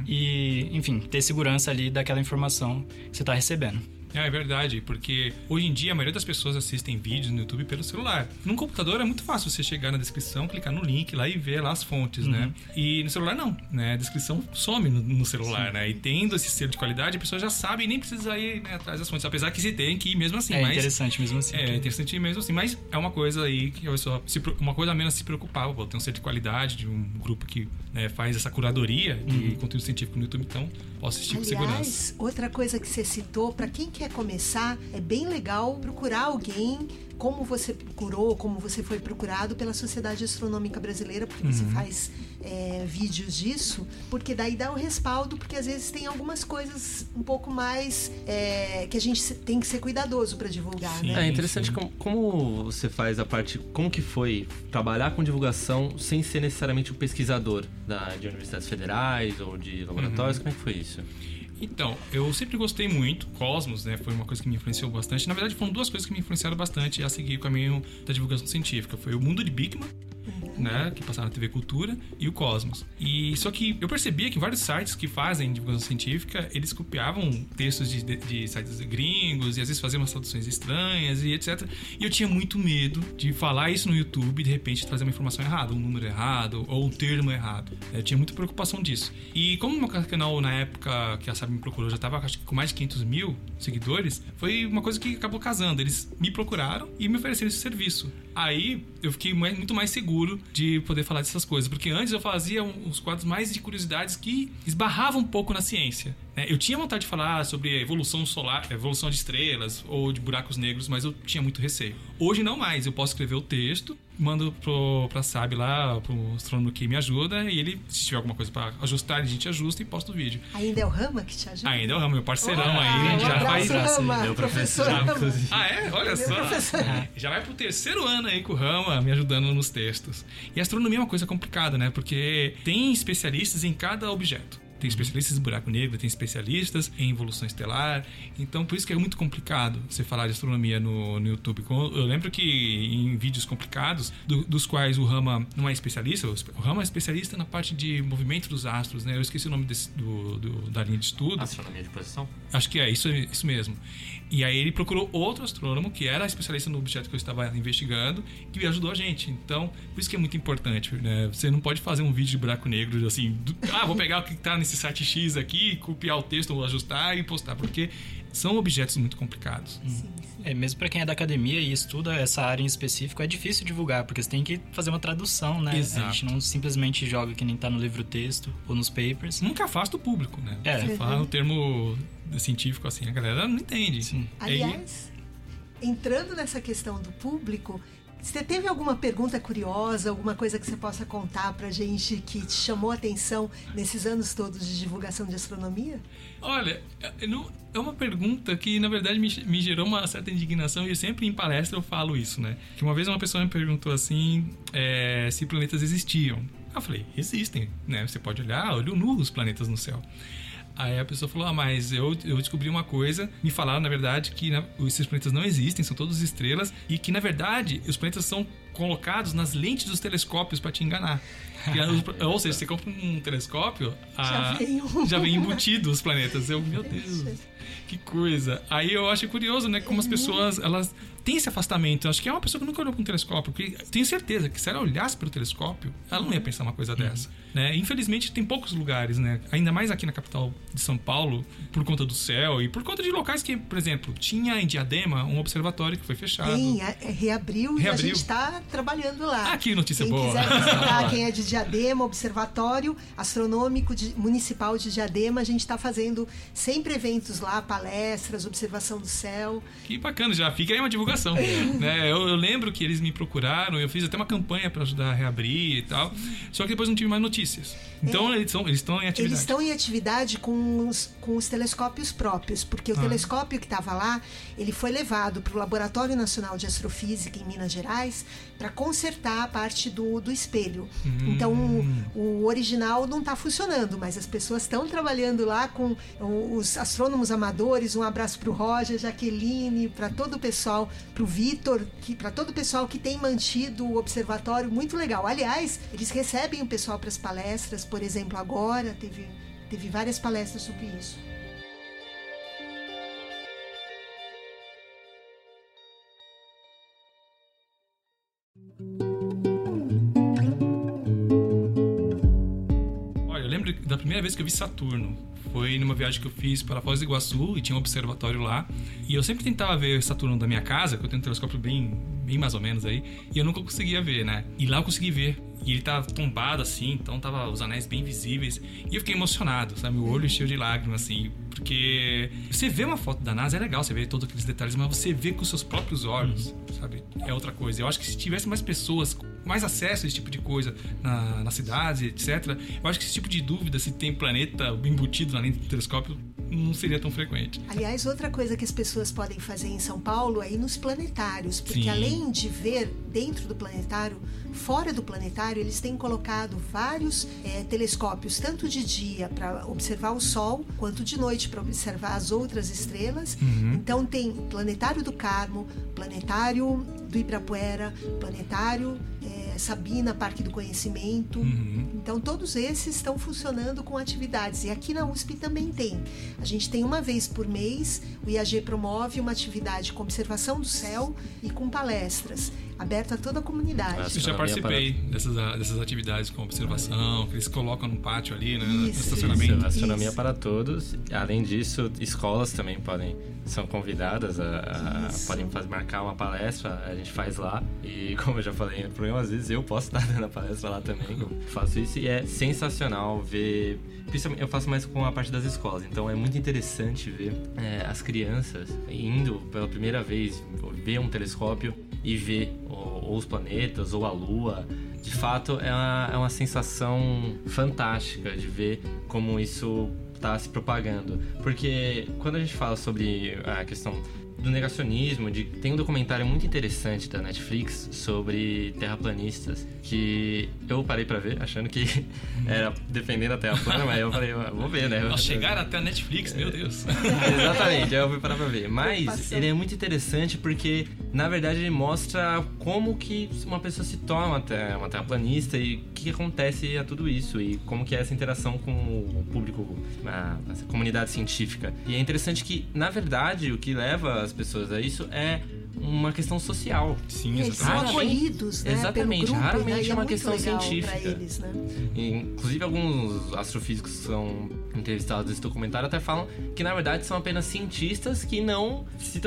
S4: e, enfim, ter segurança ali daquela informação que você tá recebendo.
S5: É verdade, porque hoje em dia a maioria das pessoas assistem vídeos no YouTube pelo celular. Num computador é muito fácil você chegar na descrição, clicar no link lá e ver lá as fontes, né? E no celular não, né? A descrição some no celular, né? E tendo esse selo de qualidade, a pessoa já sabe e nem precisa ir, né, atrás das fontes. Apesar que se tem que ir mesmo assim. Mas
S4: interessante mesmo assim.
S5: É interessante mesmo assim, mas é uma coisa aí que a pessoa uma coisa a menos se preocupar. Pô, tem um selo de qualidade de um grupo que, né, faz essa curadoria de conteúdo científico no YouTube, então posso assistir com segurança.
S3: Aliás, outra coisa que você citou, para quem quer começar, é bem legal procurar alguém como você procurou, como você foi procurado pela Sociedade Astronômica Brasileira, porque você faz vídeos disso, porque daí dá um respaldo, porque às vezes tem algumas coisas um pouco mais que a gente tem que ser cuidadoso para divulgar,
S5: Sim.
S3: né?
S2: É interessante como você faz a parte, como que foi trabalhar com divulgação sem ser necessariamente um pesquisador de universidades federais ou de laboratórios, como é que foi isso?
S5: Então, eu sempre gostei muito, Cosmos, né, foi uma coisa que me influenciou bastante. Na verdade, foram duas coisas que me influenciaram bastante a seguir o caminho da divulgação científica. Foi o Mundo de Bigman, né, que passava na TV Cultura, e o Cosmos. E só que eu percebia que vários sites que fazem divulgação científica, eles copiavam textos de sites gringos e às vezes faziam umas traduções estranhas e etc. E eu tinha muito medo de falar isso no YouTube e de repente trazer uma informação errada, um número errado ou um termo errado. Eu tinha muita preocupação disso. E como o meu canal, na época que a SAB me procurou, já estava acho que com mais de 500 mil seguidores, foi uma coisa que acabou casando. Eles me procuraram e me ofereceram esse serviço. Aí eu fiquei muito mais seguro de poder falar dessas coisas, porque antes eu fazia uns quadros mais de curiosidades que esbarravam um pouco na ciência, né? Eu tinha vontade de falar sobre a evolução solar, evolução de estrelas ou de buracos negros, mas eu tinha muito receio. Hoje não mais, eu posso escrever o texto, mando pra SAB lá, pro astrônomo que me ajuda, e ele, se tiver alguma coisa pra ajustar, a gente ajusta e posta o vídeo.
S3: Ainda é o Rama que te ajuda?
S5: Ainda é o Rama, meu parceirão
S3: Olá,
S5: aí, já faz...
S3: Rama,
S2: Meu professor, inclusive.
S5: Ah, é? Olha só. Já vai pro terceiro ano aí com o Rama me ajudando nos textos. E a astronomia é uma coisa complicada, né? Porque tem especialistas em cada objeto. Tem especialistas em buraco negro, tem especialistas em evolução estelar. Então, por isso que é muito complicado você falar de astronomia no YouTube. Eu lembro que em vídeos complicados, dos quais o Rama não é especialista, o Rama é especialista na parte de movimento dos astros, né? Eu esqueci o nome da linha de estudo.
S2: Astronomia de posição?
S5: Acho que é, isso mesmo. E aí ele procurou outro astrônomo, que era especialista no objeto que eu estava investigando, que ajudou a gente. Então, por isso que é muito importante, né? Você não pode fazer um vídeo de buraco negro assim, vou pegar o que está nesse site X aqui, copiar o texto, ajustar e postar, porque são objetos muito complicados.
S3: Sim.
S4: Mesmo para quem é da academia e estuda essa área em específico, é difícil divulgar, porque você tem que fazer uma tradução, né?
S5: Exato.
S4: A gente não simplesmente joga que nem tá no livro-texto ou nos papers.
S5: Nunca afasta o público, né?
S4: É.
S5: Você fala o termo científico assim, a galera não entende.
S4: Sim.
S3: Aliás, entrando nessa questão do público, Você teve alguma pergunta curiosa, alguma coisa que você possa contar pra gente que te chamou a atenção nesses anos todos de divulgação de astronomia?
S5: Olha, é uma pergunta que, na verdade, me gerou uma certa indignação, e sempre em palestra eu falo isso, né? Que uma vez uma pessoa me perguntou assim, se planetas existiam. Eu falei, existem, né? Você pode olhar, olho nu os planetas no céu. Aí a pessoa falou, mas eu descobri uma coisa, me falaram, na verdade, que esses planetas não existem, são todos estrelas, e que, na verdade, os planetas são colocados nas lentes dos telescópios para te enganar. Ou seja, você compra um telescópio, já vem embutido os planetas. Meu Deus, que coisa. Aí eu acho curioso, né, como as pessoas, elas têm esse afastamento. Eu acho que é uma pessoa que nunca olhou para um telescópio, porque tenho certeza que se ela olhasse para o telescópio, ela não ia pensar uma coisa dessa, né? Infelizmente tem poucos lugares, né, ainda mais aqui na capital de São Paulo, por conta do céu e por conta de locais que, por exemplo, tinha em Diadema um observatório que foi fechado.
S3: Reabriu e a gente está trabalhando lá.
S5: Que notícia boa.
S3: Quem quiser visitar, quem é de Diadema, Observatório Astronômico Municipal de Diadema, a gente está fazendo sempre eventos lá, palestras, observação do céu.
S5: Que bacana, já fica aí uma divulgação. Né? Eu lembro que eles me procuraram, eu fiz até uma campanha para ajudar a reabrir e tal, só que depois não tive mais notícias. Então eles estão em atividade.
S3: Eles estão em atividade com os telescópios próprios, porque o telescópio que estava lá, ele foi levado para o Laboratório Nacional de Astrofísica em Minas Gerais para consertar a parte do espelho. Então o original não está funcionando, mas as pessoas estão trabalhando lá com os astrônomos amadores. Um abraço para o Roger, Jaqueline, para todo o pessoal, para o Vitor, para todo o pessoal que tem mantido o observatório. Muito legal. Aliás, eles recebem o pessoal para as palestras, por exemplo, agora teve várias palestras sobre isso.
S5: Olha, eu lembro da primeira vez que eu vi Saturno. Foi numa viagem que eu fiz para Foz do Iguaçu e tinha um observatório lá. E eu sempre tentava ver Saturno da minha casa, que eu tenho um telescópio bem mais ou menos aí, e eu nunca conseguia ver, né? E lá eu consegui ver. E ele tava tombado assim, então tava os anéis bem visíveis. E eu fiquei emocionado, sabe? O olho cheio de lágrimas, assim. Porque você vê uma foto da NASA, é legal, você vê todos aqueles detalhes, mas você vê com os seus próprios olhos, sabe? É outra coisa. Eu acho que se tivesse mais pessoas, mais acesso a esse tipo de coisa na cidade, etc., eu acho que esse tipo de dúvida, se tem planeta embutido na lente do telescópio, não seria tão frequente.
S3: Aliás, outra coisa que as pessoas podem fazer em São Paulo é ir nos planetários, porque além de ver dentro do planetário, fora do planetário, eles têm colocado vários telescópios, tanto de dia para observar o Sol, quanto de noite para observar as outras estrelas. Então tem Planetário do Carmo, Planetário do Ibirapuera, Planetário Sabina, Parque do Conhecimento. Então todos esses estão funcionando com atividades, e aqui na USP também tem. A gente tem uma vez por mês, o IAG promove uma atividade com observação do céu e com palestras, aberta a toda a comunidade.
S5: Eu já participei dessas atividades com observação, que eles colocam no pátio ali, né, no estacionamento.
S2: Astronomia para todos. Além disso, escolas também são convidadas podem marcar uma palestra, a gente faz lá. E como eu já falei no programa, às vezes eu posso estar dando a palestra lá também. Eu faço isso e é sensacional ver. Principalmente eu faço mais com a parte das escolas, então é muito interessante ver as crianças indo pela primeira vez ver um telescópio e ver ou os planetas ou a Lua. De fato, é uma sensação fantástica de ver como isso está se propagando. Porque quando a gente fala sobre a questão do negacionismo, tem um documentário muito interessante da Netflix sobre terraplanistas, que eu parei pra ver, achando que era defendendo a Terra plana, mas eu falei, vou ver, né?
S5: Chegaram até a Netflix, meu Deus.
S2: Exatamente, eu fui parar pra ver. Mas ele é muito interessante porque, na verdade, ele mostra como que uma pessoa se torna uma terraplanista e o que acontece a tudo isso, e como que é essa interação com o público, essa comunidade científica. E é interessante que, na verdade, o que leva as pessoas a isso é uma questão social.
S5: Sim,
S3: eles são acolhidos, né?
S2: Exatamente,
S3: pelo grupo,
S2: raramente
S3: né?
S2: é uma questão científica.
S3: Pra eles, né?
S2: E, inclusive, alguns astrofísicos que são entrevistados nesse documentário até falam que, na verdade, são apenas cientistas que não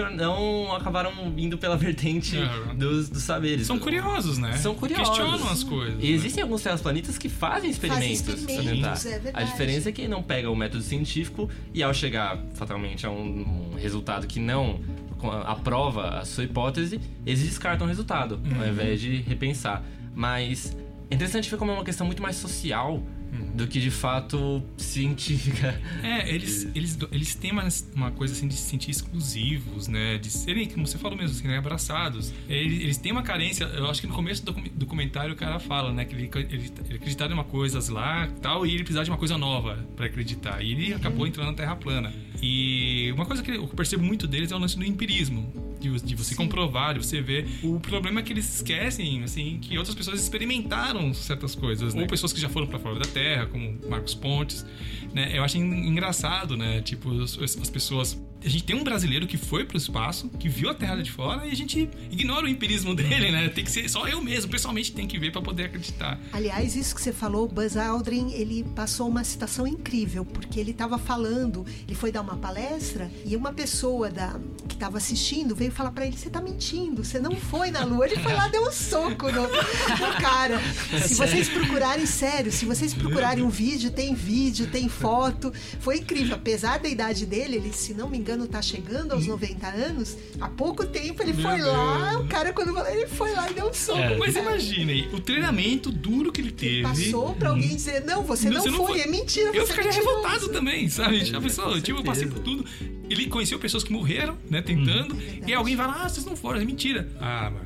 S2: acabaram indo pela vertente dos saberes.
S5: São curiosos, né?
S2: São curiosos.
S5: Questionam as coisas.
S2: E existem alguns terraplanistas que fazem experimentos para tentar.
S3: É verdade.
S2: A diferença é que não pega o método científico e, ao chegar fatalmente a um resultado que não aprova a sua hipótese, eles descartam o resultado, ao invés de repensar. Mas é interessante ver como é uma questão muito mais social do que de fato científica.
S5: Eles têm uma coisa assim de se sentir exclusivos, né? De serem, como você falou mesmo, assim, né? Abraçados. Eles têm uma carência. Eu acho que no começo do documentário o cara fala, né? Que ele acreditava em uma coisa lá tal, e ele precisava de uma coisa nova pra acreditar. E ele acabou entrando na Terra plana. E uma coisa que eu percebo muito deles é o lance do empirismo. De você comprovar, de você ver. O problema é que eles esquecem, assim, que outras pessoas experimentaram certas coisas, né? Ou pessoas que já foram pra fora da Terra, como Marcos Pontes, né? Eu acho engraçado, né? Tipo, as pessoas... A gente tem um brasileiro que foi pro espaço, que viu a Terra de fora, e a gente ignora o empirismo dele, né? Tem que ser só eu mesmo, pessoalmente tem que ver pra poder acreditar.
S3: Aliás, isso que você falou, Buzz Aldrin, ele passou uma citação incrível, porque ele estava falando, ele foi dar uma palestra, e uma pessoa que estava assistindo veio falar pra ele: você tá mentindo, você não foi na Lua. Ele foi lá, deu um soco no cara. Se vocês procurarem, sério, se vocês procurarem um vídeo, tem foto. Foi incrível, apesar da idade dele, ele, se não me engano, tá chegando aos 90 anos, há pouco tempo ele foi lá, o cara quando ele foi lá e deu um soco.
S5: Mas imaginem, o treinamento duro que ele teve.
S3: Passou pra alguém dizer: não, você não foi, é mentira.
S5: Eu ficaria revoltado também, sabe? Já pensou?
S2: Com
S5: Tipo, eu passei por tudo. Ele conheceu pessoas que morreram, né, tentando, e alguém vai lá: vocês não foram, é mentira. Mano.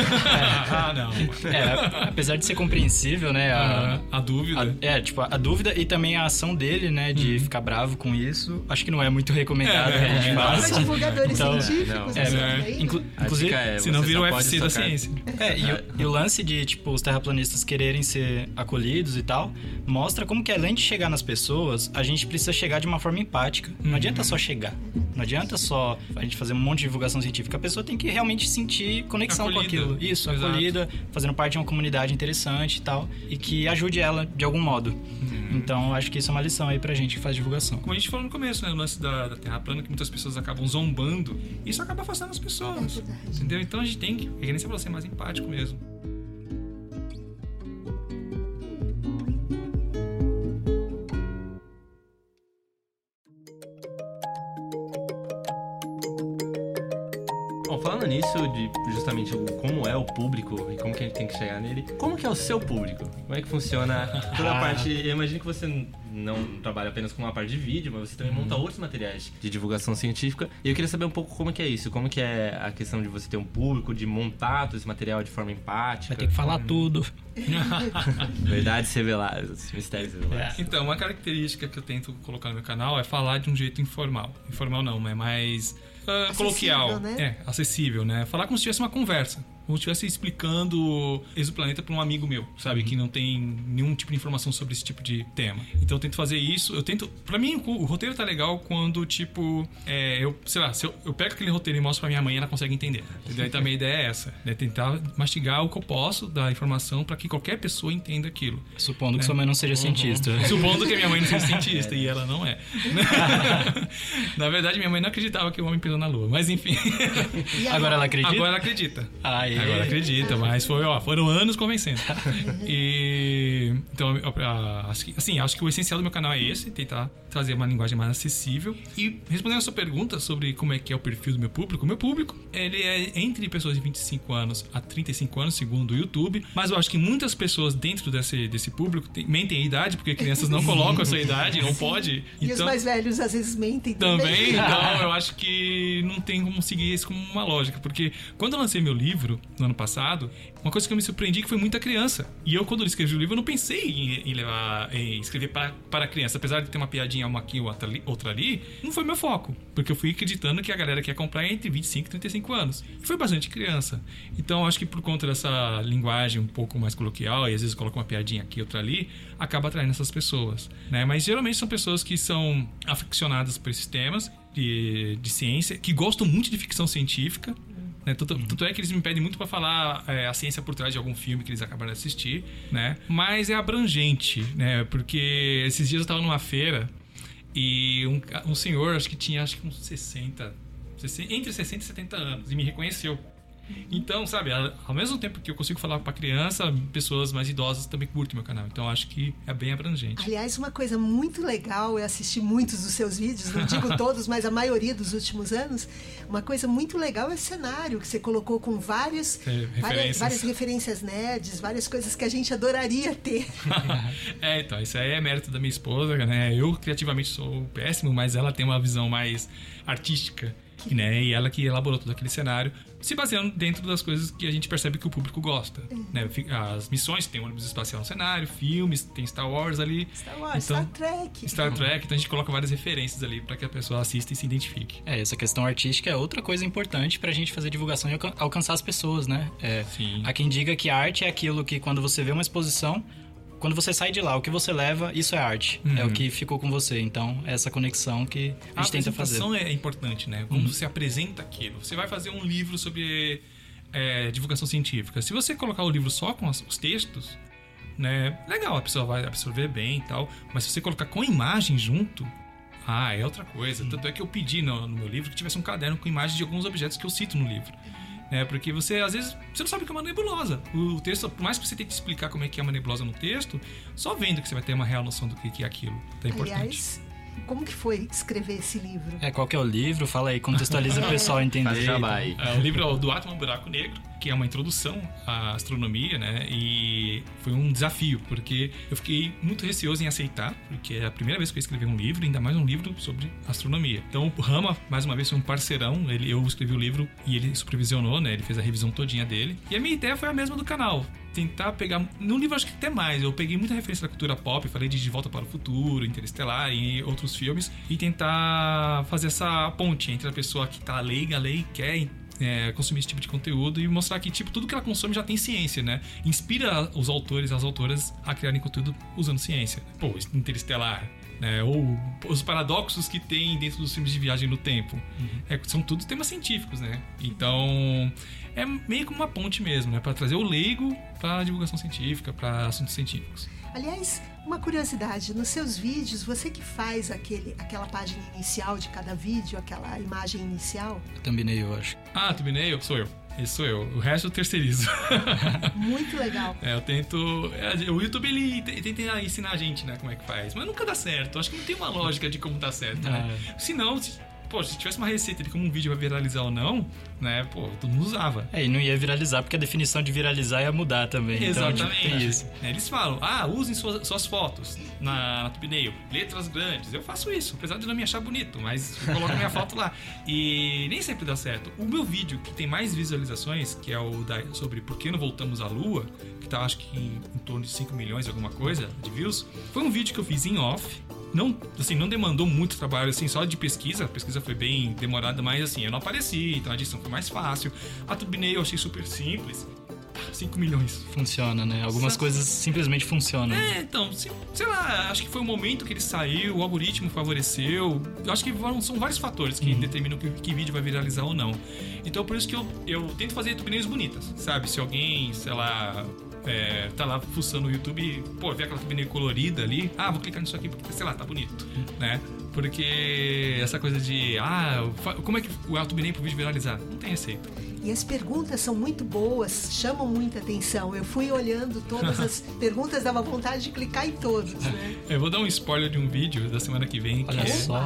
S5: Não.
S4: Apesar de ser compreensível, né?
S5: A dúvida.
S4: A dúvida e também a ação dele, né? De ficar bravo com isso. Acho que não é muito recomendado que a gente faça.
S3: Para divulgadores científicos.
S4: Inclusive,
S5: senão vira o UFC da ciência.
S4: E o lance de, tipo, os terraplanistas quererem ser acolhidos e tal, mostra como que, além de chegar nas pessoas, a gente precisa chegar de uma forma empática. Não adianta só chegar. Não adianta só a gente fazer um monte de divulgação científica. A pessoa tem que realmente sentir conexão com aquilo. Isso, exato. Acolhida, fazendo parte de uma comunidade interessante e tal, e que ajude ela de algum modo. Então, acho que isso é uma lição aí pra gente que faz divulgação.
S5: Como a gente falou no começo, né? O lance da Terra plana, que muitas pessoas acabam zombando, isso acaba afastando as pessoas. Entendeu? Então a gente tem que, é que nem você falou, ser mais empático mesmo.
S2: Bom, falando nisso, de justamente como é o público e como que a gente tem que chegar nele, como que é o seu público? Como é que funciona toda a parte... Eu imagino que você não trabalha apenas com uma parte de vídeo, mas você também monta outros materiais de divulgação científica. E eu queria saber um pouco como que é isso, como que é a questão de você ter um público, de montar todo esse material de forma empática.
S4: Vai ter que falar tudo.
S2: Verdades reveladas, mistérios revelados.
S5: Então, uma característica que eu tento colocar no meu canal é falar de um jeito informal. Informal não, mas mais... coloquial,
S3: né?
S5: Acessível, né? Falar como se tivesse uma conversa, como se estivesse explicando exoplaneta para um amigo meu, sabe? Que não tem nenhum tipo de informação sobre esse tipo de tema. Então eu tento fazer isso, pra mim o roteiro tá legal quando, tipo, se eu pego aquele roteiro e mostro pra minha mãe, ela consegue entender, entendeu? Então a minha ideia é essa, né? Tentar mastigar o que eu posso da informação para que qualquer pessoa entenda aquilo.
S4: Supondo que sua mãe não seja cientista.
S5: Supondo que a minha mãe não seja cientista, e ela não é. Na verdade, minha mãe não acreditava que o homem pisou na Lua, mas enfim.
S4: Agora ela acredita?
S5: Agora ela acredita.
S4: Agora
S5: acredita, mas foram anos convencendo. Então, assim, acho que o essencial do meu canal é esse, tentar trazer uma linguagem mais acessível. E respondendo a sua pergunta sobre como é que é o perfil do meu público, ele é entre pessoas de 25 anos a 35 anos, segundo o YouTube, mas eu acho que muitas pessoas dentro desse público mentem a idade, porque crianças não colocam a sua idade, não pode.
S3: E os mais velhos às vezes mentem também.
S5: Então eu acho que não tem como seguir isso como uma lógica, porque quando eu lancei meu livro no ano passado, uma coisa que eu me surpreendi que foi muita criança. E eu, quando eu escrevi o livro, eu não pensei em escrever para criança. Apesar de ter uma piadinha uma aqui, outra ali, não foi meu foco. Porque eu fui acreditando que a galera que ia comprar é entre 25 e 35 anos. E foi bastante criança. Então, acho que por conta dessa linguagem um pouco mais coloquial, e às vezes coloca uma piadinha aqui, outra ali, acaba atraindo essas pessoas, né? Mas geralmente são pessoas que são aficionadas por esses temas de ciência, que gostam muito de ficção científica, né? Tanto é que eles me pedem muito para falar a ciência por trás de algum filme que eles acabaram de assistir, né? Mas é abrangente, né? Porque esses dias eu estava numa feira e um senhor, acho que tinha uns 60, entre 60 e 70 anos, e me reconheceu. Então, sabe, ao mesmo tempo que eu consigo falar pra criança, pessoas mais idosas também curtem meu canal. Então, acho que é bem abrangente.
S3: Aliás, uma coisa muito legal, eu assisti muitos dos seus vídeos, não digo todos, mas a maioria dos últimos anos. Uma coisa muito legal é o cenário que você colocou com várias referências nerds, várias coisas que a gente adoraria ter.
S5: Então, isso aí é mérito da minha esposa, né? Eu, criativamente, sou péssimo, mas ela tem uma visão mais artística, né? E ela que elaborou todo aquele cenário, se baseando dentro das coisas que a gente percebe que o público gosta, né? As missões, tem um ônibus espacial no cenário, filmes, tem Star Wars ali.
S3: Star Trek.
S5: Star Trek, então a gente coloca várias referências ali para que a pessoa assista e se identifique.
S4: Essa questão artística é outra coisa importante pra gente fazer divulgação e alcançar as pessoas, né?
S5: Sim.
S4: Há quem diga que a arte é aquilo que, quando você vê uma exposição, quando você sai de lá, o que você leva, isso é arte. É o que ficou com você. Então, é essa conexão que a gente tenta fazer.
S5: A apresentação é importante, né? Como você apresenta aquilo. Você vai fazer um livro sobre divulgação científica. Se você colocar o livro só com os textos, né? Legal, a pessoa vai absorver bem e tal. Mas se você colocar com imagem junto, é outra coisa. Tanto é que eu pedi no meu livro que tivesse um caderno com imagens de alguns objetos que eu cito no livro. Porque você, às vezes, você não sabe o que é uma nebulosa. O texto, por mais que você tenha que explicar como é que é uma nebulosa no texto, só vendo que você vai ter uma real noção do que é aquilo. Então é importante.
S3: Aliás, como que foi escrever esse livro?
S4: Qual que é o livro? Fala aí, contextualiza para o pessoal entender.
S5: O livro é o Do Átomo ao Buraco Negro, que é uma introdução à astronomia, né? E foi um desafio, porque eu fiquei muito receoso em aceitar, porque é a primeira vez que eu escrevi um livro, ainda mais um livro sobre astronomia. Então o Rama, mais uma vez, foi um parceirão. Eu escrevi o livro e ele supervisionou, né? Ele fez a revisão todinha dele. E a minha ideia foi a mesma do canal. Tentar pegar... No livro acho que até mais. Eu peguei muita referência da cultura pop, falei de Volta para o Futuro, Interestelar e outros filmes, e tentar fazer essa ponte entre a pessoa que tá leiga, e quer consumir esse tipo de conteúdo e mostrar que tudo que ela consome já tem ciência, né? Inspira os autores, as autoras a criarem conteúdo usando ciência. Pô, Interestelar, né? Ou os paradoxos que tem dentro dos filmes de viagem no tempo. São todos temas científicos, né? Então, é meio como uma ponte mesmo, né? Para trazer o leigo para divulgação científica, para assuntos científicos.
S3: Aliás, uma curiosidade, nos seus vídeos, você que faz aquela página inicial de cada vídeo, aquela imagem inicial?
S4: Thumbnail, eu acho.
S5: Thumbnail sou eu. Esse sou eu. O resto eu terceirizo.
S3: Muito legal.
S5: Eu tento... O YouTube, ele tenta ensinar a gente, né, como é que faz. Mas nunca dá certo. Acho que não tem uma lógica de como dá certo, né? Se não... se tivesse uma receita de como um vídeo vai viralizar ou não, né, todo mundo usava.
S4: E não ia viralizar, porque a definição de viralizar ia mudar também.
S5: Exatamente.
S4: Então, tem isso.
S5: Eles falam, usem suas fotos na thumbnail, letras grandes. Eu faço isso, apesar de não me achar bonito, mas eu coloco minha foto lá. E nem sempre dá certo. O meu vídeo que tem mais visualizações, que é o sobre por que não voltamos à Lua, que tá acho que em torno de 5 milhões alguma coisa de views, foi um vídeo que eu fiz em off. Não demandou muito trabalho, assim, só de pesquisa. A pesquisa foi bem demorada, mas assim, eu não apareci, então a edição foi mais fácil. A thumbnail eu achei super simples. 5 milhões.
S4: Funciona, né? Algumas coisas simplesmente funcionam.
S5: Então, sei lá, acho que foi o momento que ele saiu, o algoritmo favoreceu. Eu acho que são vários fatores que determinam que vídeo vai viralizar ou não. Então, por isso que eu tento fazer thumbnails bonitas, sabe? Se alguém, sei lá... tá lá fuçando no YouTube, vê aquela thumbnail colorida ali, vou clicar nisso aqui porque, sei lá, tá bonito, né? Porque essa coisa de, como é que o thumbnail pro vídeo viralizar? Não tem receita.
S3: E as perguntas são muito boas, chamam muita atenção. Eu fui olhando todas as perguntas, dava vontade de clicar em todas, né?
S5: Eu vou dar um spoiler de um vídeo da semana que vem.
S4: Olha só.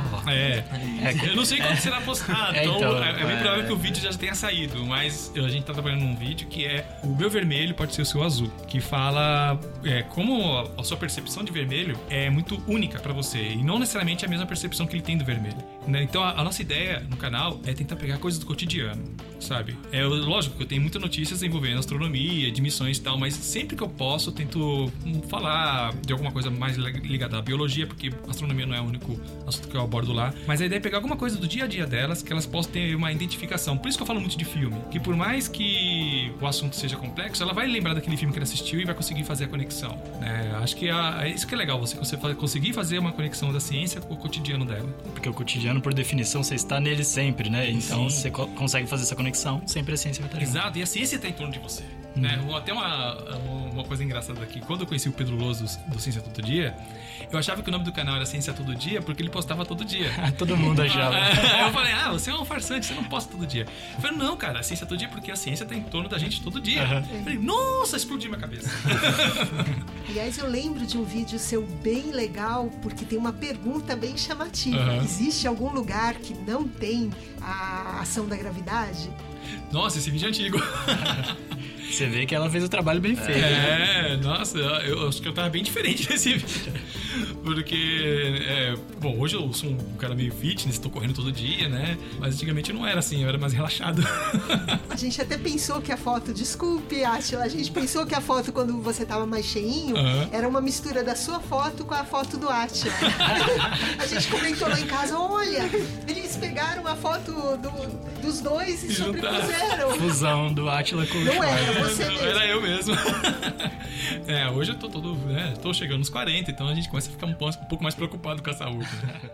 S5: Eu não sei quando será postado, então é bem provável que o vídeo já tenha saído, mas a gente tá trabalhando num vídeo que é o meu vermelho pode ser o seu azul, que fala como a sua percepção de vermelho é muito única pra você e não necessariamente a mesma percepção que ele tem do vermelho, né? Então a nossa ideia no canal é tentar pegar coisas do cotidiano, sabe? Lógico que eu tenho muitas notícias envolvendo astronomia, de missões e tal, mas sempre que eu posso eu tento falar de alguma coisa mais ligada à biologia, porque astronomia não é o único assunto que eu abordo lá, mas a ideia é pegar alguma coisa do dia a dia delas, que elas possam ter uma identificação. Por isso que eu falo muito de filme, que por mais que o assunto seja complexo, ela vai lembrar daquele filme que ela assistiu e vai conseguir fazer a conexão, né? Acho que é isso que é legal, você conseguir fazer uma conexão da ciência com o cotidiano dela.
S4: Porque o cotidiano, por definição, você está nele sempre, né? Então você consegue fazer essa conexão, sempre a ciência vai estar junto.
S5: Exato, e a ciência está em torno de você. Né? Até uma coisa engraçada aqui. Quando eu conheci o Pedro Loso do Ciência Todo Dia, eu achava que o nome do canal era Ciência Todo Dia porque ele postava todo dia.
S4: Todo mundo achava.
S5: Eu falei, você é um farsante, você não posta todo dia. Eu falei, não, cara, a ciência todo dia porque a ciência tá em torno da gente todo dia. Eu falei, nossa, explodiu minha cabeça.
S3: Aliás, eu lembro de um vídeo seu bem legal, porque tem uma pergunta bem chamativa. Existe algum lugar que não tem a ação da gravidade?
S5: Nossa, esse vídeo é antigo.
S4: Você vê que ela fez o trabalho bem feito.
S5: Nossa, eu acho que eu tava bem diferente nesse vídeo. Porque, bom, hoje eu sou um cara meio fitness, tô correndo todo dia, né? Mas antigamente eu não era assim, eu era mais relaxado.
S3: A gente até pensou que a foto, desculpe, Átila, a gente pensou que a foto quando você tava mais cheinho era uma mistura da sua foto com a foto do Átila. A gente comentou lá em casa, olha, eles pegaram a foto dos dois e sobrepuseram.
S4: Fusão do Átila com o
S3: Não era você mesmo.
S5: Era eu mesmo. Hoje eu tô todo, tô chegando nos 40, então a gente começa a ficar um pouco mais preocupado com a saúde, né?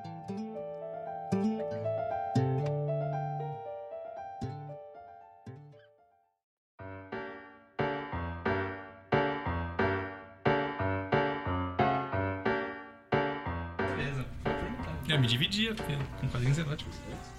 S5: Me dividia com quadrinhos eróticos.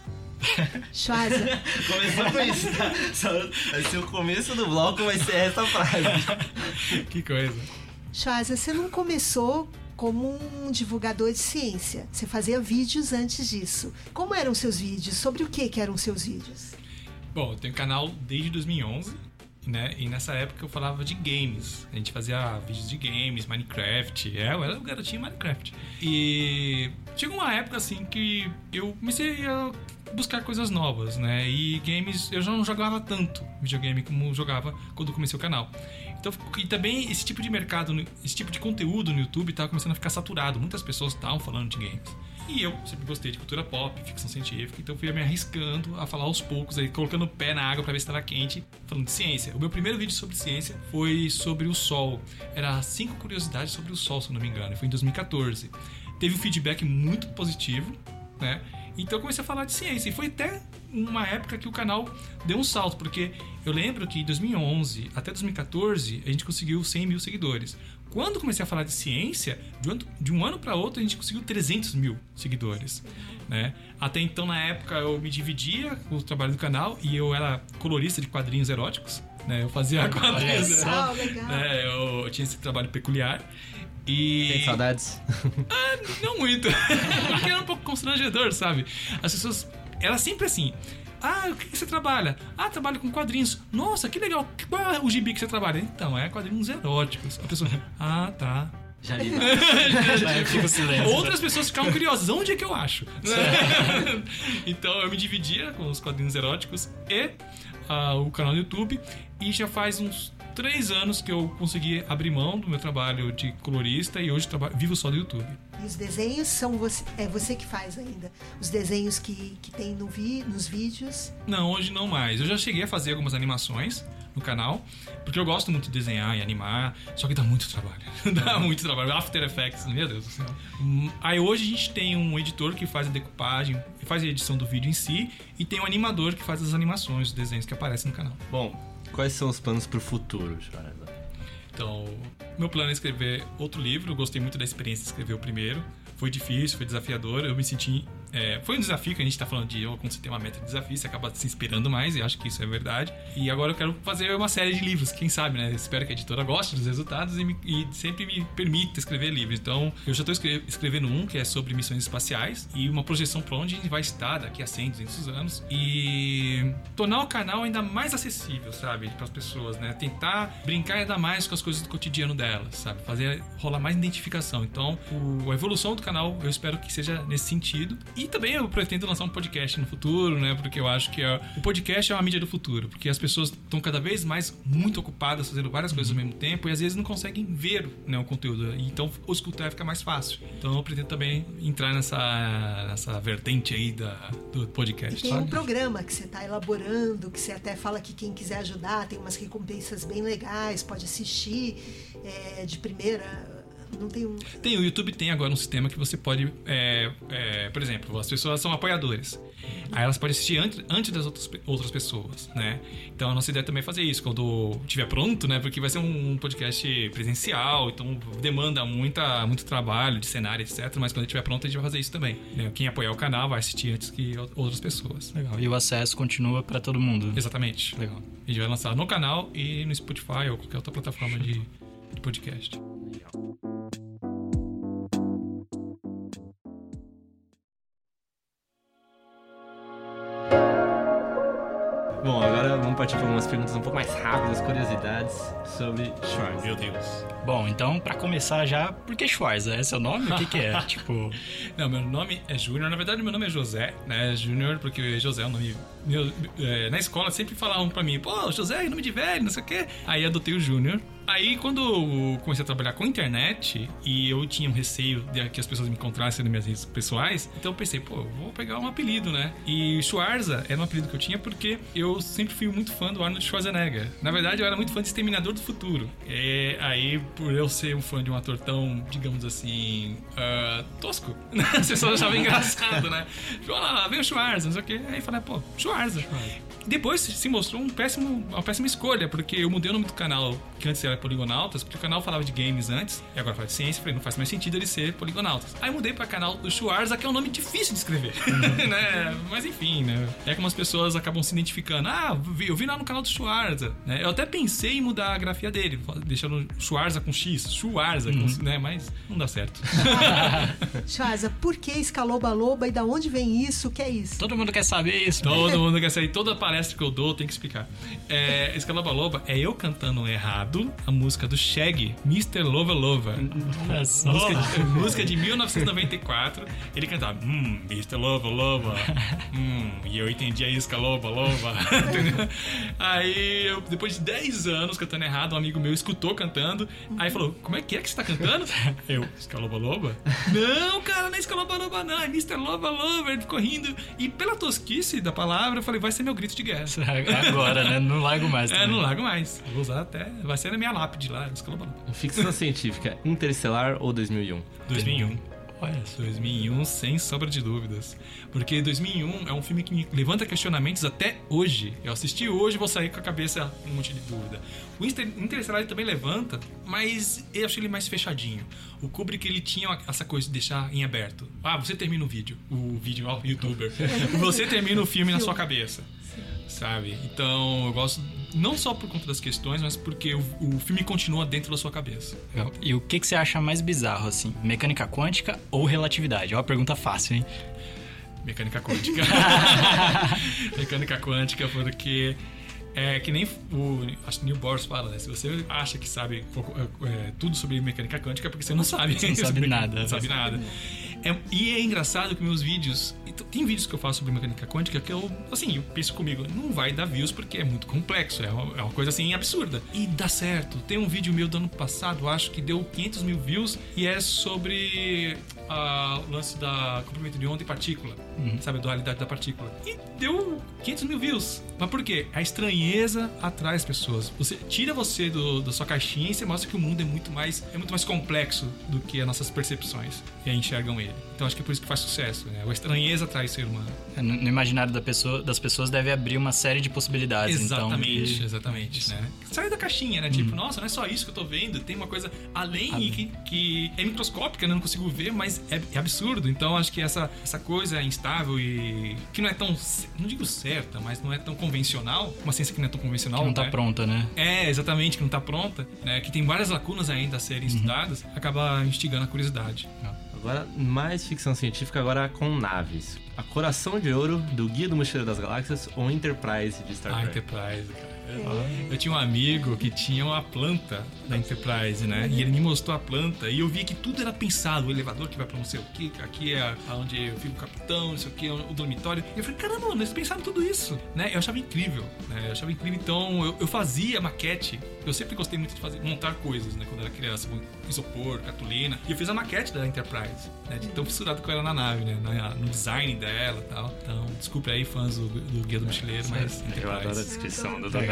S3: Schwarza.
S2: Começou com isso, tá? Vai ser o começo do bloco, vai ser essa frase.
S5: Que coisa.
S3: Schwarza, você não começou como um divulgador de ciência. Você fazia vídeos antes disso. Como eram seus vídeos? Sobre o que eram seus vídeos?
S5: Bom, eu tenho um canal desde 2011, né? E nessa época eu falava de games. A gente fazia vídeos de games, Minecraft. Eu era o garotinho Minecraft. E chegou uma época assim que eu comecei a buscar coisas novas, né? E games, eu já não jogava tanto videogame como jogava quando eu comecei o canal. Então, e também esse tipo de mercado, esse tipo de conteúdo no YouTube estava começando a ficar saturado. Muitas pessoas estavam falando de games. E eu sempre gostei de cultura pop, ficção científica, então fui me arriscando a falar aos poucos, aí, colocando o pé na água para ver se estava quente, falando de ciência. O meu primeiro vídeo sobre ciência foi sobre o Sol. Era 5 curiosidades sobre o Sol, se eu não me engano. Foi em 2014. Teve um feedback muito positivo, né? Então eu comecei a falar de ciência. E foi até uma época que o canal deu um salto, porque eu lembro que em 2011 até 2014 a gente conseguiu 100 mil seguidores. Quando comecei a falar de ciência, de um ano para outro a gente conseguiu 300 mil seguidores, né? Até então, na época, eu me dividia com o trabalho do canal e eu era colorista de quadrinhos eróticos, né? Eu fazia quadrinhos
S3: legal.
S5: né? Eu tinha esse trabalho peculiar. E...
S2: Tem saudades?
S5: Não muito. Porque era um pouco constrangedor, sabe? As pessoas... Era sempre assim... o que você trabalha? Trabalho com quadrinhos. Nossa, que legal. Qual é o gibi que você trabalha? Então, é quadrinhos eróticos. A pessoa... tá.
S2: Já li.
S4: Fica o silêncio.
S5: Outras pessoas ficavam curiosas. Onde é que eu acho? Então, eu me dividia com os quadrinhos eróticos e o canal do YouTube. E já faz uns 3 anos que eu consegui abrir mão do meu trabalho de colorista e hoje vivo só do YouTube.
S3: E os desenhos são você que faz ainda? Os desenhos que tem nos vídeos?
S5: Não, hoje não mais. Eu já cheguei a fazer algumas animações no canal, porque eu gosto muito de desenhar e animar, só que dá muito trabalho. Dá muito trabalho. After Effects, meu Deus do céu. Aí hoje a gente tem um editor que faz a decupagem, que faz a edição do vídeo em si, e tem um animador que faz as animações, os desenhos que aparecem no canal.
S2: Bom, quais são os planos pro futuro, Schwarza?
S5: Então, meu plano é escrever outro livro. Eu gostei muito da experiência de escrever o primeiro. Foi difícil, foi desafiador. Eu me senti... foi um desafio que a gente tá falando de quando você tem uma meta de desafio, você acaba se inspirando mais, e acho que isso é verdade. E agora eu quero fazer uma série de livros, quem sabe, né? Espero que a editora goste dos resultados e sempre me permita escrever livros. Então, eu já tô escrevendo um que é sobre missões espaciais e uma projeção para onde a gente vai estar daqui a 100, 200 anos. E tornar o canal ainda mais acessível, sabe? Para as pessoas, né? Tentar brincar ainda mais com as coisas do cotidiano delas, sabe? Fazer rolar mais identificação. Então, a evolução do canal, eu espero que seja nesse sentido. E também eu pretendo lançar um podcast no futuro, né? Porque eu acho que o podcast é uma mídia do futuro. Porque as pessoas estão cada vez mais muito ocupadas fazendo várias coisas ao mesmo tempo e às vezes não conseguem ver, né, o conteúdo. Então, o escutar fica mais fácil. Então, eu pretendo também entrar nessa vertente aí do podcast.
S3: E tem um programa que você está elaborando, que você até fala que quem quiser ajudar tem umas recompensas bem legais, pode assistir de primeira Não tem um...
S5: Tem, o YouTube tem agora um sistema que você pode, por exemplo, as pessoas são apoiadores. Aí elas podem assistir antes das outras pessoas, né? Então a nossa ideia também é fazer isso quando estiver pronto, né? Porque vai ser um podcast presencial, então demanda muito trabalho de cenário, etc. Mas quando estiver pronto a gente vai fazer isso também, né? Quem apoiar o canal vai assistir antes que outras pessoas.
S4: Legal. E o acesso continua para todo mundo.
S5: Exatamente.
S4: Legal.
S5: A gente vai lançar no canal e no Spotify ou qualquer outra plataforma de podcast.
S2: Bom, agora vamos partir para algumas perguntas um pouco mais rápidas, curiosidades sobre Schwarza.
S5: Meu Deus.
S4: Bom, então, pra começar já, por que Schwarza? É seu nome? O que é? Tipo...
S5: Não, meu nome é Júnior. Na verdade, meu nome é José, né? Júnior, porque José é um nome... na escola sempre falavam pra mim, pô, José, nome de velho, não sei o quê. Aí adotei o Júnior. Aí, quando eu comecei a trabalhar com internet e eu tinha um receio de que as pessoas me encontrassem nas minhas redes pessoais, então eu pensei, pô, eu vou pegar um apelido, né? E Schwarza era um apelido que eu tinha porque eu sempre fui muito fã do Arnold Schwarzenegger. Na verdade, eu era muito fã de Exterminador do Futuro. Aí, por eu ser um fã de um ator tão, digamos assim, tosco, né? As pessoas achavam engraçado, né? Olha lá, vem o Schwarza, não sei o quê. Aí eu falei, pô, Schwarza. Depois se mostrou uma péssima escolha, porque eu mudei o nome do canal, que antes era Poligonautas, porque o canal falava de games antes, e agora fala de ciência, falei, não faz mais sentido ele ser Poligonautas. Aí mudei para canal do Schwarza, que é um nome difícil de escrever, né? Mas enfim, né? É como as pessoas acabam se identificando. Eu vi lá no canal do Schwarza, né? Eu até pensei em mudar a grafia dele, deixando Schwarza com X, Schwarza, né? Mas não dá certo.
S3: Schwarza, por que Escaloba-Loba e da onde vem isso? O que é isso?
S4: Todo mundo quer saber isso.
S5: Todo mundo quer saber. Toda palestra que eu dou, tem que explicar. Escaloba-Loba é eu cantando errado a música do Shaggy, Mr. Lova Lova. Música de 1994. Ele cantava Mr. Lova Lova. E eu entendi a isca Loba Lova. Aí, depois de 10 anos cantando errado, um amigo meu escutou cantando. Aí falou, como é que você tá cantando? Eu, Escaloba Loba? Não, cara, não é Escaloba Loba não, é Mr. Lova Lova. Ele ficou rindo. E pela tosquice da palavra, eu falei, vai ser meu grito de guerra.
S4: Agora, né? Não largo mais.
S5: Não largo mais. Vou usar até... Vai ser na minha lápide lá, Escaloba Loba.
S2: Ficção científica, Interestelar ou 2001?
S5: 2001. Olha, 2001 sem sombra de dúvidas. Porque 2001 é um filme que me levanta questionamentos até hoje. Eu assisti hoje e vou sair com a cabeça um monte de dúvida. O Interestelar também levanta, mas eu achei ele mais fechadinho. O Kubrick, ele tinha essa coisa de deixar em aberto. Você termina o vídeo, youtuber. Você termina o filme na sua cabeça. Sabe? Então, eu gosto não só por conta das questões, mas porque o filme continua dentro da sua cabeça.
S4: E o que você acha mais bizarro, assim? Mecânica quântica ou relatividade? É uma pergunta fácil, hein?
S5: Mecânica quântica. Mecânica quântica, porque... É que nem acho que Neil Bohr fala, né? Se você acha que sabe tudo sobre mecânica quântica, é porque você não sabe.
S4: Você não sabe nada.
S5: Não sabe nada. E é engraçado que meus vídeos... Tem vídeos que eu faço sobre mecânica quântica que eu penso comigo, não vai dar views porque é muito complexo, é uma coisa assim absurda. E dá certo. Tem um vídeo meu do ano passado, acho que deu 500 mil views, e é sobre o lance da comprimento de onda e partícula, sabe, a dualidade da partícula. E deu 500 mil views. Mas por quê? A estranheza atrai as pessoas. Você tira você da sua caixinha e você mostra que o mundo é muito mais complexo do que as nossas percepções. E aí enxergam ele. Então acho que é por isso que faz sucesso, né? A estranheza atrai o ser humano.
S4: No imaginário das pessoas deve abrir uma série de possibilidades.
S5: Exatamente, exatamente, né? Sai da caixinha, né? Tipo, nossa, não é só isso que eu tô vendo, tem uma coisa além que é microscópica, né? Eu não consigo ver, mas é absurdo. Então acho que essa coisa instável e que não é tão, não digo certa, mas não é tão convencional, uma ciência que não é tão convencional,
S4: que não tá pronta, né?
S5: Exatamente, que não tá pronta, né? Que tem várias lacunas ainda a serem estudadas, acaba instigando a curiosidade.
S2: Agora, mais ficção científica, agora com naves. A Coração de Ouro, do Guia do Mochileiro das Galáxias, ou Enterprise de Star Trek?
S5: Enterprise, cara. Eu tinha um amigo que tinha uma planta da Enterprise, né? E ele me mostrou a planta e eu vi que tudo era pensado. O elevador que vai pra não sei o que, aqui é onde eu fico o capitão, não sei o que, o dormitório. E eu falei, caramba, mano, eles pensaram tudo isso, né? Eu achava incrível, né? Então eu fazia maquete. Eu sempre gostei muito de montar coisas, né? Quando eu era criança, isopor, cartolina. E eu fiz a maquete da Enterprise, né? De tão fissurado que eu era na nave, né? No design dela e tal. Então, desculpe aí, fãs do Guia do Mochileiro, mas Enterprise.
S2: Eu adoro a descrição do Douglas.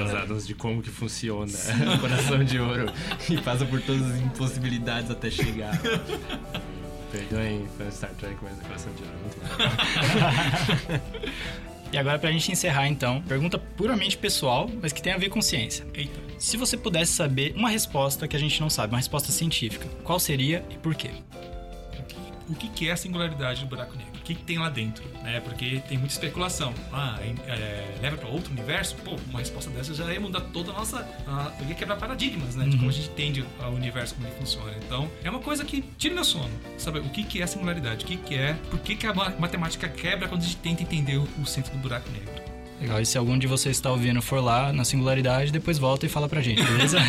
S2: atrasados de como que funciona o Coração de Ouro e passa por todas as impossibilidades até chegar. Perdoem foi Star Trek, mas o Coração de Ouro é muito legal.
S4: E agora, pra gente encerrar, então, pergunta puramente pessoal, mas que tem a ver com ciência.
S5: Eita.
S4: Se você pudesse saber uma resposta que a gente não sabe, uma resposta científica, qual seria e por quê?
S5: O que é a singularidade do buraco negro? O que tem lá dentro? Porque tem muita especulação. Leva para outro universo? Pô, uma resposta dessa já ia mudar toda a nossa... ia quebrar paradigmas, né? De como a gente entende o universo, como ele funciona. Então, é uma coisa que tira meu sono. Sabe? O que é a singularidade? Por que a matemática quebra quando a gente tenta entender o centro do buraco negro?
S4: Legal, e se algum de vocês está ouvindo for lá na singularidade, depois volta e fala pra gente, beleza?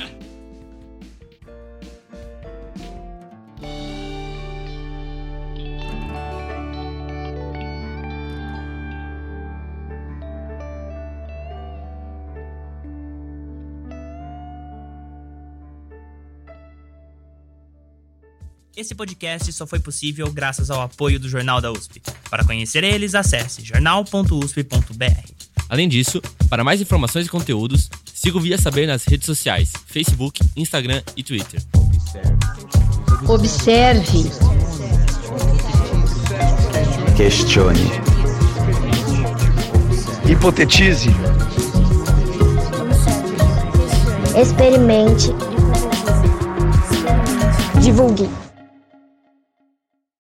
S7: Esse podcast só foi possível graças ao apoio do Jornal da USP. Para conhecer eles, acesse jornal.usp.br.
S8: Além disso, para mais informações e conteúdos, siga o Via Saber nas redes sociais, Facebook, Instagram e Twitter.
S9: Observe.
S10: Questione. Hipotetize.
S9: Experimente. Divulgue.